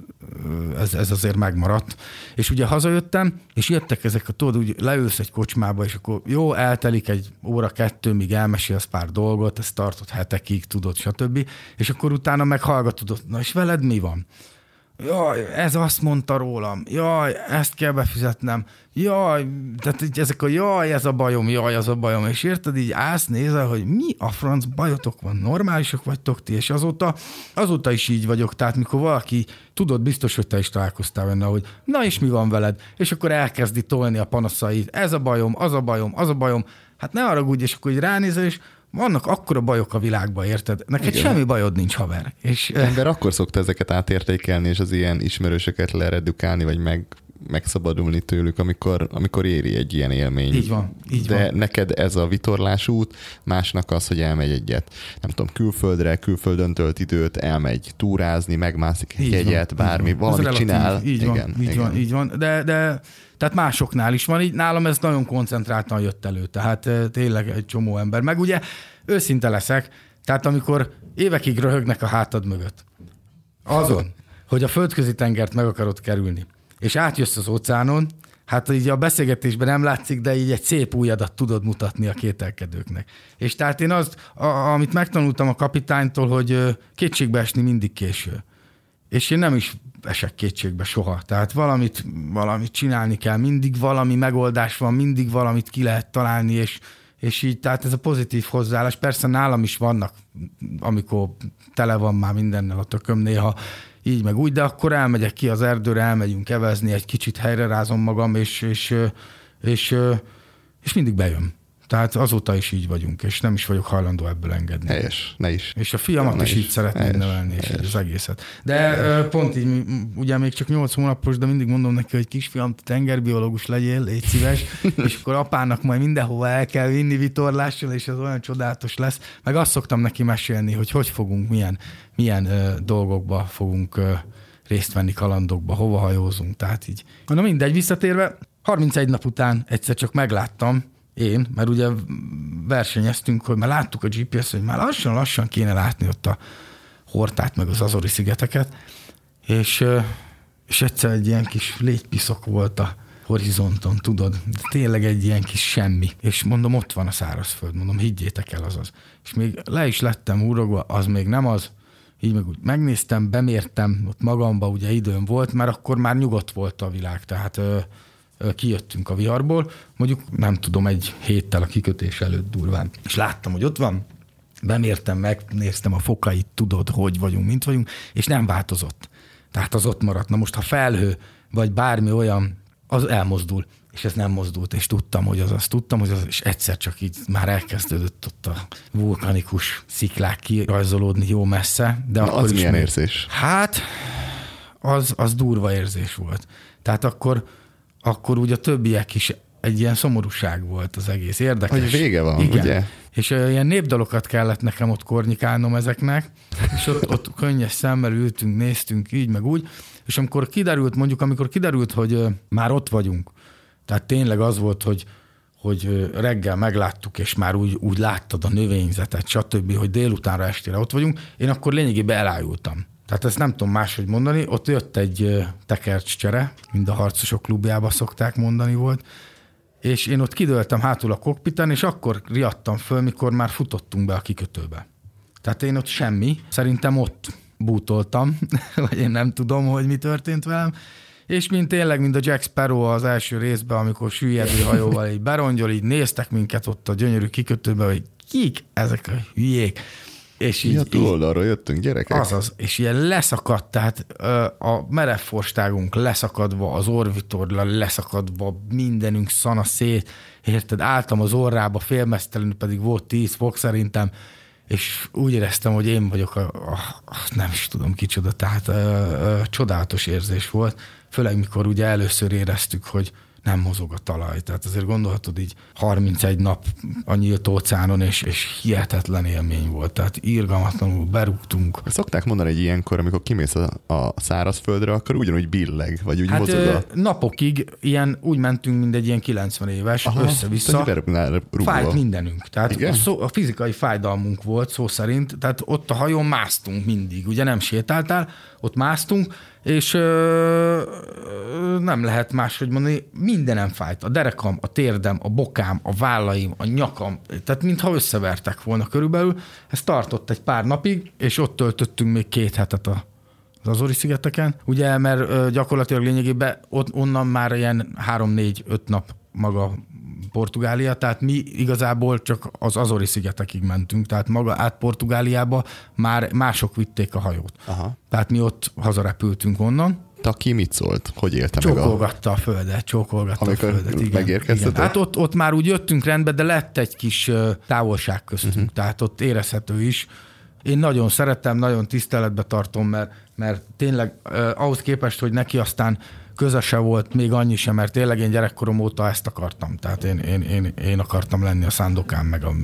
ez, ez azért megmaradt. És ugye hazajöttem, és jöttek ezek a, tudod, úgy leülsz egy kocsmába, és akkor jó, eltelik egy óra, kettő, míg elmesélsz pár dolgot, ez tartott hetekig, tudod, stb. És akkor utána meghallgatod, na és veled mi van? Jaj, ez azt mondta rólam, jaj, ezt kell befizetnem, jaj, tehát ezek a jaj, ez a bajom, jaj, az a bajom, és érted, így állsz, nézel, hogy mi a franc bajotok van, normálisok vagytok ti, és azóta, azóta is így vagyok, tehát mikor valaki, tudod, biztos, hogy te is találkoztál benne, hogy na és mi van veled, és akkor elkezdi tolni a panaszait, ez a bajom, az a bajom, az a bajom, hát ne haragudj, és akkor így ránézel, és vannak akkora bajok a világban, érted? Neked igen. Semmi bajod nincs, haver. És... ember akkor szokta ezeket átértékelni, és az ilyen ismerősöket leredukálni, vagy meg, megszabadulni tőlük, amikor, amikor éri egy ilyen élmény. Így van, így De van. neked ez a vitorlás út, másnak az, hogy elmegy egyet, nem tudom, külföldre, külföldön tölt időt, elmegy túrázni, megmászik egy jegyet, bármi, van. valamit csinál. Így igen, van, így igen. van, így van. De, de tehát másoknál is van, így nálam ez nagyon koncentráltan jött elő, tehát tényleg egy csomó ember. Meg ugye őszinte leszek, tehát amikor évekig röhögnek a hátad mögött, azon, hogy a földközi tengert meg akarod kerülni, és átjössz az óceánon, hát így a beszélgetésben nem látszik, de így egy szép ujjadat tudod mutatni a kételkedőknek. És tehát én azt, a, amit megtanultam a kapitánytól, hogy kétségbe esni mindig késő. és én nem is esek kétségbe soha. Tehát valamit, valamit csinálni kell, mindig valami megoldás van, mindig valamit ki lehet találni, és, és így, tehát ez a pozitív hozzáállás. Persze nálam is vannak, amikor tele van már mindennel a tököm néha, így meg úgy, de akkor elmegyek ki az erdőre, elmegyünk evezni, egy kicsit helyrerázom magam, és, és, és, és mindig bejön. Tehát azóta is így vagyunk, és nem is vagyok hajlandó ebből engedni. Helyes, ne is. És a fiamat ja, is, is így szeretném nevelni, és az egészet. De helyes. Pont így, ugye még csak nyolc hónapos, de mindig mondom neki, hogy kisfiam, tengerbiológus legyél, légy szíves, és akkor apának majd mindenhova el kell vinni vitorlással, és ez olyan csodálatos lesz. Meg azt szoktam neki mesélni, hogy hogy fogunk, milyen, milyen uh, dolgokba fogunk uh, részt venni, kalandokba, hova hajózunk, tehát így. Na mindegy, visszatérve, harmincegy nap után egyszer csak megláttam, én, mert ugye versenyeztünk, hogy már láttuk a gé pé es, hogy már lassan-lassan kéne látni ott a Hortát, meg az Azori-szigeteket, és, és egyszer egy ilyen kis légypiszok volt a horizonton, tudod, de tényleg egy ilyen kis semmi. És mondom, ott van a szárazföld, mondom, higgyétek el, az az. És még le is lettem úrogva, az még nem az, így meg úgy megnéztem, bemértem, ott magamba ugye időm volt, mert akkor már nyugodt volt a világ, tehát kijöttünk a viharból, mondjuk nem tudom, egy héttel a kikötés előtt durván. És láttam, hogy ott van, bemértem, megnéztem a fokait, tudod, hogy vagyunk, mint vagyunk, és nem változott. Tehát az ott maradt. Na most, ha felhő, vagy bármi olyan, az elmozdul, és ez nem mozdult, és tudtam, hogy az az, tudtam, hogy az, és egyszer csak így már elkezdődött ott a vulkanikus sziklák kirajzolódni jó messze. De Na, akkor az is milyen még, érzés? Hát, az, az durva érzés volt. Tehát akkor akkor úgy a többiek is egy ilyen szomorúság volt az egész. Érdekes. Hogy vége van, igen. ugye? És uh, ilyen népdalokat kellett nekem ott kornyikálnom ezeknek, és ott, ott könnyes szemmel ültünk, néztünk így, meg úgy, és amikor kiderült, mondjuk amikor kiderült, hogy uh, már ott vagyunk, tehát tényleg az volt, hogy, hogy uh, reggel megláttuk, és már úgy, úgy láttad a növényzetet, stb., hogy délutánra estére ott vagyunk, én akkor lényegében elájultam. Tehát ezt nem tudom máshogy mondani, ott jött egy tekercscsere, mind a harcosok klubjába szokták mondani volt, és én ott kidőltem hátul a kokpiten, és akkor riadtam föl, mikor már futottunk be a kikötőbe. Tehát én ott semmi, szerintem ott bútoltam, vagy én nem tudom, hogy mi történt velem, és mint tényleg, mint a Jack Sparrow az első részben, amikor süllyedő hajóval így berongyol, így néztek minket ott a gyönyörű kikötőbe, hogy kik ezek a hülyék. És így, mi a túloldalról jöttünk, gyerekek? Azaz, és ilyen leszakadt, tehát ö, a merevforságunk leszakadva, az orvitorla leszakadva, mindenünk szana szét, érted, álltam az orrába, félmeztelenül pedig volt tíz fok szerintem, és úgy éreztem, hogy én vagyok a, a, a nem is tudom kicsoda, tehát ö, ö, csodálatos érzés volt, főleg mikor ugye először éreztük, hogy nem mozog a talaj. Tehát azért gondolhatod így harmincegy nap a nyílt óceánon, és, és hihetetlen élmény volt. Tehát irgalmatlanul berúgtunk. Szokták mondani, hogy ilyenkor, amikor kimész a, a szárazföldre, akkor ugyanúgy billeg, vagy úgy hát mozog a... napokig ilyen, úgy mentünk, mint egy ilyen kilencven éves, aha, össze-vissza. Fájt mindenünk. Tehát a, szó, a fizikai fájdalmunk volt szó szerint, tehát ott a hajón másztunk mindig. Ugye nem sétáltál, ott másztunk, és ö, nem lehet máshogy mondani, mindenem fájt. A derekam, a térdem, a bokám, a vállaim, a nyakam, tehát mintha összevertek volna körülbelül. Ez tartott egy pár napig, és ott töltöttünk még két hetet a, az Azori-szigeteken. Ugye, mert ö, gyakorlatilag lényegében ott, onnan már ilyen három-négy-öt nap maga Portugália, tehát mi igazából csak az Azori-szigetekig mentünk, tehát maga át Portugáliába már mások vitték a hajót. Aha. Tehát mi ott hazarepültünk onnan. Taki mit szólt? Hogy élte meg a... Csókolgatta a földet, csókolgatta amikor a földet. Igen, megérkeztetek? igen. Hát ott, ott már úgy jöttünk rendbe, de lett egy kis távolság köztünk, uh-huh. tehát ott érezhető is. Én nagyon szeretem, nagyon tiszteletbe tartom, mert, mert tényleg eh, ahhoz képest, hogy neki aztán köze se volt még annyi sem, mert tényleg én gyerekkorom óta ezt akartam. Tehát én, én, én, én akartam lenni a Szándokán, meg a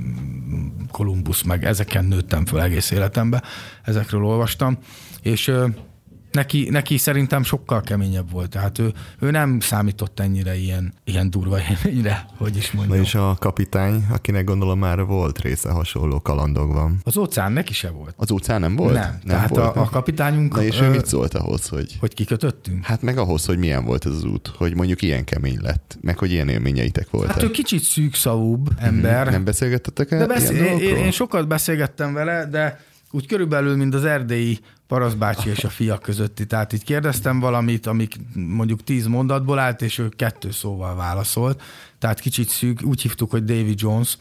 Kolumbusz, meg ezeken nőttem föl egész életemben, ezekről olvastam, és Neki, neki szerintem sokkal keményebb volt, tehát ő, ő nem számított ennyire ilyen, ilyen durva élményre, hogy is mondjam. Na és a kapitány, akinek gondolom már volt része hasonló kalandokban. Az óceán neki se volt. Az óceán nem volt? Nem, nem tehát volt, a, a kapitányunk... Na és ő mit szólt ahhoz, hogy... Hogy kikötöttünk? Hát meg ahhoz, hogy milyen volt ez az út, hogy mondjuk ilyen kemény lett, meg hogy ilyen élményeitek voltak. Hát ő kicsit szűkszavúbb ember. Hmm, nem beszélgettetek el? De beszél, én, én sokat beszélgettem vele, de úgy körülbelül, mint az erdélyi Paraszt bácsi és a fia közötti. Tehát így kérdeztem valamit, amik mondjuk tíz mondatból állt, és ő kettő szóval válaszolt. Tehát kicsit szűk, úgy hívtuk, hogy Davy Jones,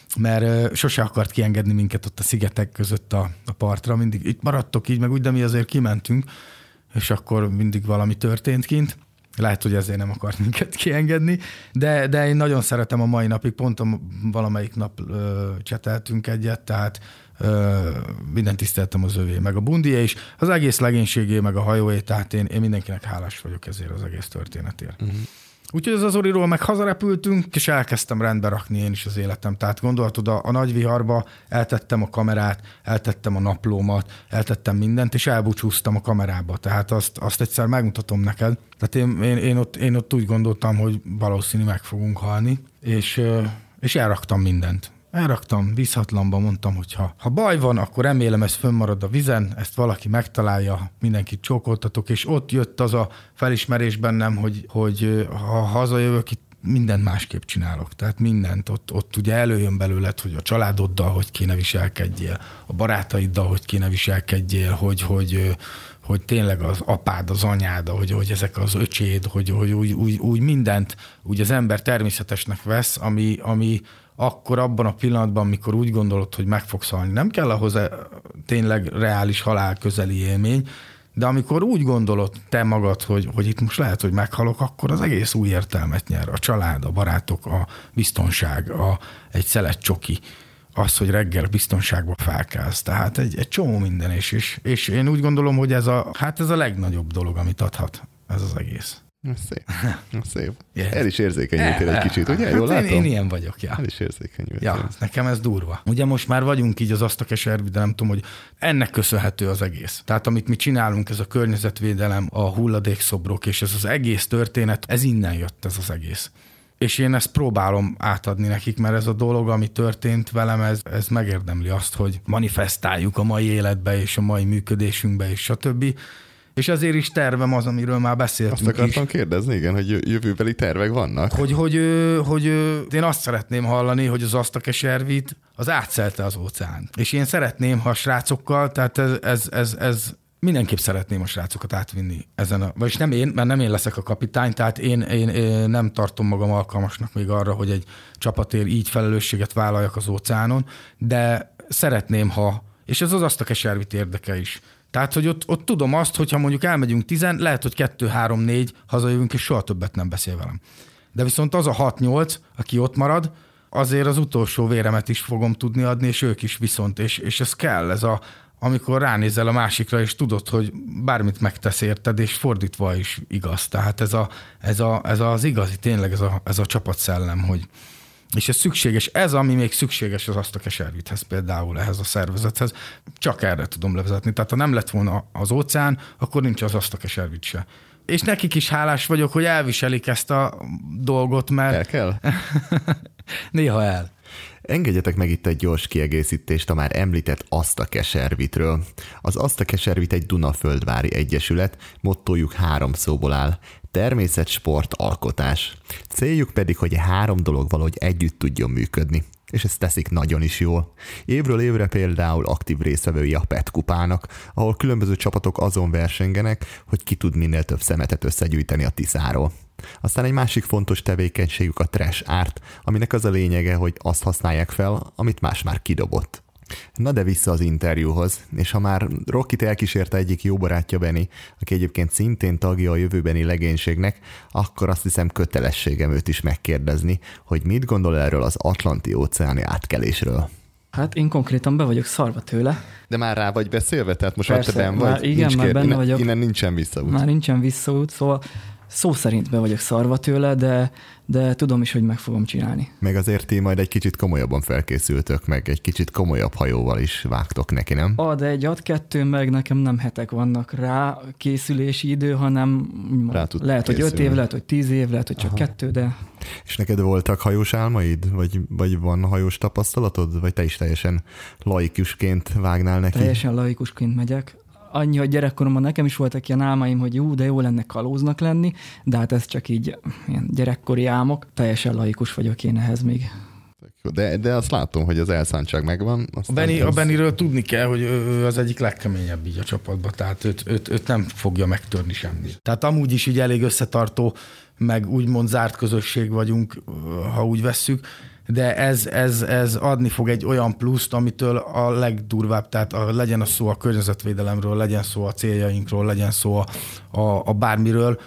mert sose akart kiengedni minket ott a szigetek között a, a partra. Mindig itt maradtok így, meg úgy, de mi azért kimentünk, és akkor mindig valami történt kint. Lehet, hogy ezért nem akart minket kiengedni, de, de én nagyon szeretem a mai napig, pont a valamelyik nap ö, cseteltünk egyet, tehát ö, mindent tiszteltem az övé, meg a bundié is, az egész legénységé, meg a hajóé, tehát én, én mindenkinek hálás vagyok ezért az egész történetért. Uh-huh. Úgyhogy az Azoriról meg hazarepültünk, és elkezdtem rendbe rakni én is az életem. Tehát gondoltad, a, a nagy viharba eltettem a kamerát, eltettem a naplómat, eltettem mindent, és elbúcsúztam a kamerába. Tehát azt, azt egyszer megmutatom neked. Tehát én, én, én, ott, én ott úgy gondoltam, hogy valószínű meg fogunk halni, és, és elraktam mindent. Elraktam, vízhatlanba, mondtam, hogy ha, ha baj van, akkor remélem ez fönnmarad a vizen, ezt valaki megtalálja, mindenkit csókoltatok, és ott jött az a felismerés bennem, hogy, hogy ha hazajövök, itt mindent másképp csinálok. Tehát mindent ott, ott ugye előjön belőled, hogy a családoddal hogy kéne viselkedjél, a barátaiddal hogy kéne viselkedjél, hogy, hogy, hogy tényleg az apád, az anyád, hogy, hogy ezek az öcséd, hogy, hogy úgy, úgy, úgy mindent úgy az ember természetesnek vesz, ami, ami akkor abban a pillanatban, amikor úgy gondolod, hogy meg fogsz halni. Nem kell ahhoz tényleg reális halál közeli élmény, de amikor úgy gondolod te magad, hogy, hogy itt most lehet, hogy meghalok, akkor az egész új értelmet nyer. A család, a barátok, a biztonság, a, egy szelet csoki, az, hogy reggel biztonságban felkelsz. Tehát egy, egy csomó minden is. És, és én úgy gondolom, hogy ez a, hát ez a legnagyobb dolog, amit adhat ez az egész. Szép. Szép. Yeah. El is érzékenyültél egy kicsit, ugye? Jól hát látom? Én, én ilyen vagyok, ja. El is érzékenyültél. Ja, nekem ez durva. Ugye most már vagyunk így az Asztakeservi, de nem tudom, hogy ennek köszönhető az egész. Tehát amit mi csinálunk, ez a környezetvédelem, a hulladékszobrok, és ez az egész történet, ez innen jött ez az egész. És én ezt próbálom átadni nekik, mert ez a dolog, ami történt velem, ez, ez megérdemli azt, hogy manifestáljuk a mai életbe, és a mai működésünkbe, és stb. És azért is tervem az, amiről már beszéltünk. Azt akartam is. kérdezni, igen, hogy jövőbeli tervek vannak. Hogy, hogy, hogy, hogy én azt szeretném hallani, hogy az Asztakeservit az átszelte az óceán. És én szeretném, ha a srácokkal, tehát ez, ez, ez, ez mindenképp szeretném a srácokat átvinni ezen a... Vagyis nem én, mert nem én leszek a kapitány, tehát én, én, én nem tartom magam alkalmasnak még arra, hogy egy csapatért így felelősséget vállaljak az óceánon, de szeretném, ha... És ez az Asztakeservit érdeke is. Tehát, hogy ott, ott tudom azt, hogy ha mondjuk elmegyünk tizen, lehet, hogy kettő, három, négy hazajövünk, és soha többet nem beszél velem. De viszont az a hat-nyolc, aki ott marad, azért az utolsó véremet is fogom tudni adni, és ők is viszont, és, és ez kell, ez a, amikor ránézel a másikra, és tudod, hogy bármit megtesz érted, és fordítva is igaz. Tehát ez, a, ez, a, ez az igazi, tényleg ez a, ez a csapatszellem, hogy és ez szükséges, ez ami még szükséges az Asztakeservithez például, ehhez a szervezethez, csak erre tudom levezetni. Tehát ha nem lett volna az óceán, akkor nincs az Asztakeservit se. És nekik is hálás vagyok, hogy elviselik ezt a dolgot, mert... El kell? Néha el. Engedjetek meg itt egy gyors kiegészítést a már említett Asztakeservitről. Az Asztakeservit egy Dunaföldvári egyesület, mottójuk három szóból áll. Természet, sport, alkotás. Céljuk pedig, hogy a három dolog valahogy együtt tudjon működni. És ezt teszik nagyon is jól. Évről évre például aktív résztvevői a pé e té kupának, ahol különböző csapatok azon versengenek, hogy ki tud minél több szemetet összegyűjteni a Tiszáról. Aztán egy másik fontos tevékenységük a trash art, aminek az a lényege, hogy azt használják fel, amit más már kidobott. Na de vissza az interjúhoz, és ha már Rockit elkísérte egyik jó barátja Benni, aki egyébként szintén tagja a jövőbeni legénységnek, akkor azt hiszem kötelességem őt is megkérdezni, hogy mit gondol erről az Atlanti-óceáni átkelésről. Hát én konkrétan be vagyok szarva tőle. De már rá vagy beszélve, tehát most Persze, már te benn vagy? Igen, nincs már kér... benne innen, vagyok. Innen nincsen visszaút. Már nincsen visszaút, szóval szó szerint be vagyok szarva tőle, de, de tudom is, hogy meg fogom csinálni. Meg azért ti majd egy kicsit komolyabban felkészültök, meg egy kicsit komolyabb hajóval is vágtok neki, nem? A, de egy ad kettő, meg nekem nem hetek vannak rá készülési idő, hanem lehet, készülni. hogy öt év, lehet, hogy tíz év, lehet, hogy csak Aha. kettő, de... És neked voltak hajós álmaid? Vagy, vagy van hajós tapasztalatod? Vagy te is teljesen laikusként vágnál neki? Teljesen laikusként megyek. Annyi, hogy gyerekkoromban nekem is voltak ilyen álmaim, hogy jó, de jó lenne kalóznak lenni, de hát ez csak így ilyen gyerekkori álmok. Teljesen laikus vagyok én ehhez még. De, de azt látom, hogy az elszántság megvan. A, Benny, ez... a Bennyről tudni kell, hogy ő, ő az egyik legkeményebb így a csapatban, tehát őt, őt, őt nem fogja megtörni semmi. Tehát amúgy is így elég összetartó, meg úgymond zárt közösség vagyunk, ha úgy vesszük, de ez, ez, ez adni fog egy olyan pluszt, amitől a legdurvább, tehát a, legyen a szó a környezetvédelemről, legyen szó a céljainkról, legyen szó a, a, a bármiről,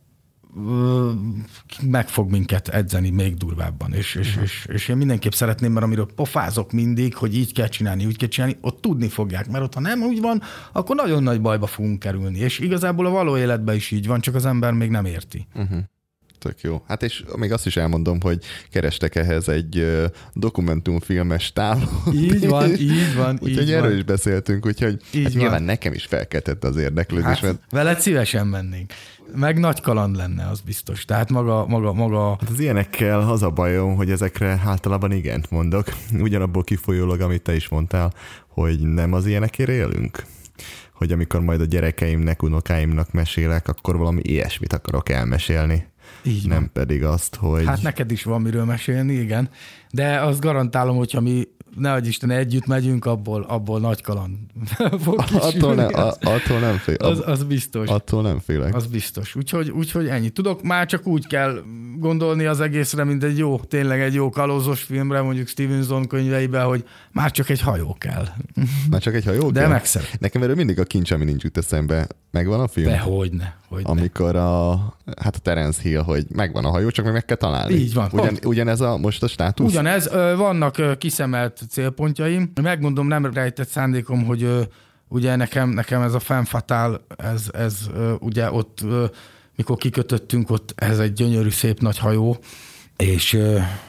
meg fog minket edzeni még durvábban, és, és, és, és én mindenképp szeretném, mert amiről pofázok mindig, hogy így kell csinálni, úgy kell csinálni, ott tudni fogják, mert ott ha nem úgy van, akkor nagyon nagy bajba fogunk kerülni, és igazából a való életben is így van, csak az ember még nem érti. Uh-huh. Tök jó. Hát és még azt is elmondom, hogy kerestek ehhez egy uh, dokumentumfilmes távot. Így van, így van. Úgyhogy erről van. Is beszéltünk, úgyhogy hát nyilván nekem is felkeltette az érdeklődés. Hát, mert... veled szívesen mennénk. Meg nagy kaland lenne, az biztos. Tehát maga... maga, maga... Hát az ilyenekkel az a bajom, hogy ezekre általában igent mondok. Ugyanabból kifolyólag, amit te is mondtál, hogy nem az ilyenekért élünk. Hogy amikor majd a gyerekeimnek, unokáimnak mesélek, akkor valami ilyesmit akarok elmesélni. Így nem van. Pedig azt, hogy... Hát neked is van miről mesélni, igen. De azt garantálom, hogyha mi, nehogy Isten, együtt megyünk, abból, abból nagy kaland fog attól, ne, a, attól nem félek. Az, az biztos. Attól nem félek. Az biztos. Úgyhogy, úgyhogy ennyi. Tudok, már csak úgy kell gondolni az egészre, mint egy jó, tényleg egy jó kalózos filmre, mondjuk Stevenson könyveiben, hogy már csak egy hajó kell. Már csak egy hajó De kell? megszeret. Nekem erről mindig a kincs, ami nincs jut eszembe. Megvan a film? De hogyne. hogyne. Amikor a, hát a Terence Hill, hogy megvan a hajó, csak meg meg kell találni. Így van. Ugyan, ugyanez a most a státusz? Ugyanez. Vannak kiszemelt célpontjaim. Megmondom, nem rejtett szándékom, hogy ugye nekem, nekem ez a femme fatale, ez, ez ugye ott, mikor kikötöttünk, ott ez egy gyönyörű, szép nagy hajó, és,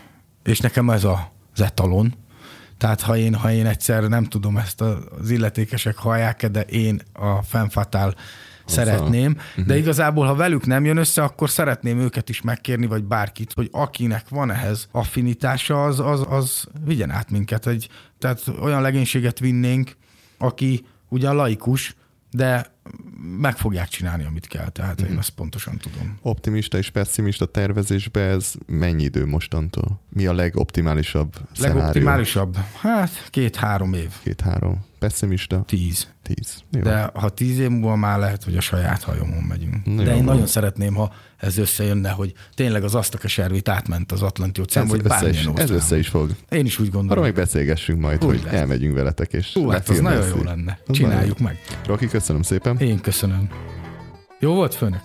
és nekem ez a, az etalon. Tehát ha én, ha én egyszer nem tudom, ezt az illetékesek hallják, de én a femme fatale szeretném, uh-huh. de igazából, ha velük nem jön össze, akkor szeretném őket is megkérni, vagy bárkit, hogy akinek van ehhez affinitása, az, az, az vigyen át minket. Egy, tehát olyan legénységet vinnénk, aki ugyan laikus, de meg fogják csinálni, amit kell. Tehát uh-huh. én ezt pontosan tudom. Optimista és pessimista tervezésbe ez mennyi idő mostantól? Mi a legoptimálisabb szenárió? Legoptimálisabb? Hát két-három év. Két-három. Pessimista? Tíz. Tíz. Jó. De ha tíz év múlva már lehet, hogy a saját hajómon megyünk. Jó. De én nagyon szeretném, ha ez összejönne, hogy tényleg az Asztakeservit átment az Atlanti óceánba, vagy bármilyen óceánba. Ez össze is fog. Én is úgy gondolom. Arra még beszélgessünk majd, úgy hogy lesz. Elmegyünk veletek, és Hú, hát az nagyon jó lenne. Csináljuk meg. Roki, köszönöm szépen. Én köszönöm. Jó volt, főnök?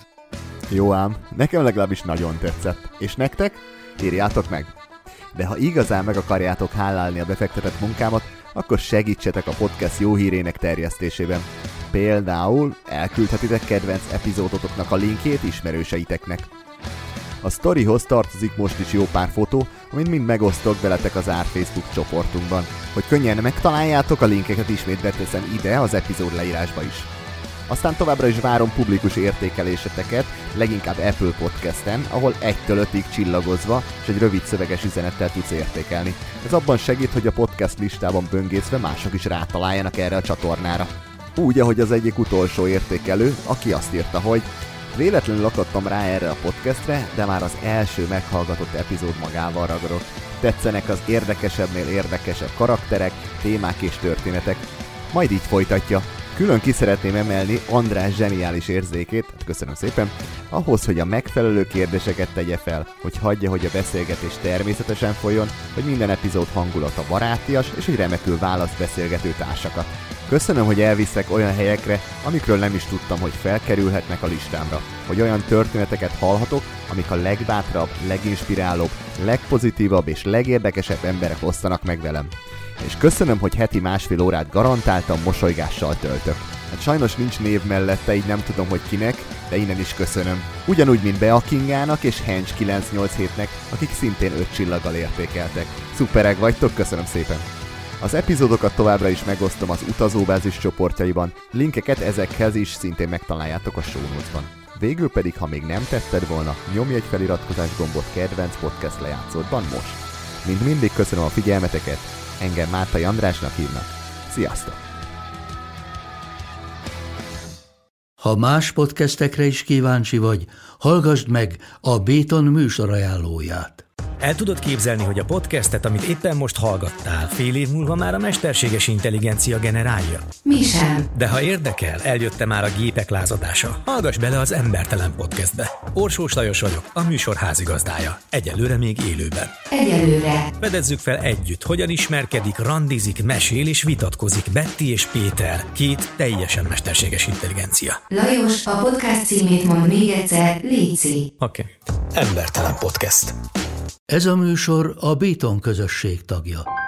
Jó ám, nekem legalábbis nagyon tetszett. És nektek? Írjátok meg. De ha igazán meg akarjátok hálálni a befektetett munkámat, akkor segítsetek a podcast jó hírének terjesztésében. Például elküldhetitek kedvenc epizódotoknak a linkjét ismerőseiteknek. A sztorihoz tartozik most is jó pár fotó, amit mind megosztok veletek az Ár Facebook csoportunkban. Hogy könnyen megtaláljátok, a linkeket ismét beteszem ide az epizód leírásba is. Aztán továbbra is várom publikus értékeléseteket, leginkább Apple Podcasten, ahol egytől ötig csillagozva és egy rövid szöveges üzenettel tudsz értékelni. Ez abban segít, hogy a podcast listában böngészve mások is rátaláljanak erre a csatornára. Úgy, ahogy az egyik utolsó értékelő, aki azt írta, hogy véletlenül akadtam rá erre a podcastre, de már az első meghallgatott epizód magával ragadott. Tetszenek az érdekesebbnél érdekesebb karakterek, témák és történetek. Majd így folytatja. Külön ki szeretném emelni András zseniális érzékét, köszönöm szépen, ahhoz, hogy a megfelelő kérdéseket tegye fel, hogy hagyja, hogy a beszélgetés természetesen folyjon, hogy minden epizód hangulata barátias, és hogy remekül választ beszélgető társakat. Köszönöm, hogy elviszek olyan helyekre, amikről nem is tudtam, hogy felkerülhetnek a listámra, hogy olyan történeteket hallhatok, amik a legbátrabb, leginspirálóbb, legpozitívabb és legérdekesebb emberek osztanak meg velem. És köszönöm, hogy heti másfél órát garantáltan mosolygással töltök. Hát sajnos nincs név mellette, így nem tudom, hogy kinek, de innen is köszönöm. Ugyanúgy, mint Bea Kingának és Hencs kilencszáznyolcvanhétnek, akik szintén öt csillaggal értékeltek. Szuperek vagytok, köszönöm szépen! Az epizódokat továbbra is megosztom az utazóbázis csoportjaiban, linkeket ezekhez is szintén megtaláljátok a show notes-ban. Végül pedig, ha még nem tetted volna, nyomj egy feliratkozás gombot kedvenc podcast lejátszódban most. Mint mindig köszönöm a figyelmeteket, engem Mártai Andrásnak hívnak. Sziasztok! Ha más podcastekre is kíváncsi vagy, hallgassd meg a Béton műsor ajánlóját. El tudod képzelni, hogy a podcastet, amit éppen most hallgattál, fél év múlva már a mesterséges intelligencia generálja? Mi sem. De ha érdekel, eljött már a gépek lázadása. Hallgass bele az Embertelen Podcastbe. Orsós Lajos vagyok, a műsor házigazdája. Egyelőre még élőben. Egyelőre. Fedezzük fel együtt, hogyan ismerkedik, randizik, mesél és vitatkozik Betty és Péter, két teljesen mesterséges intelligencia. Lajos, a podcast címét mond még egyszer, léci. Oké. Okay. Embertelen Podcast. Ez a műsor a Béton közösség tagja.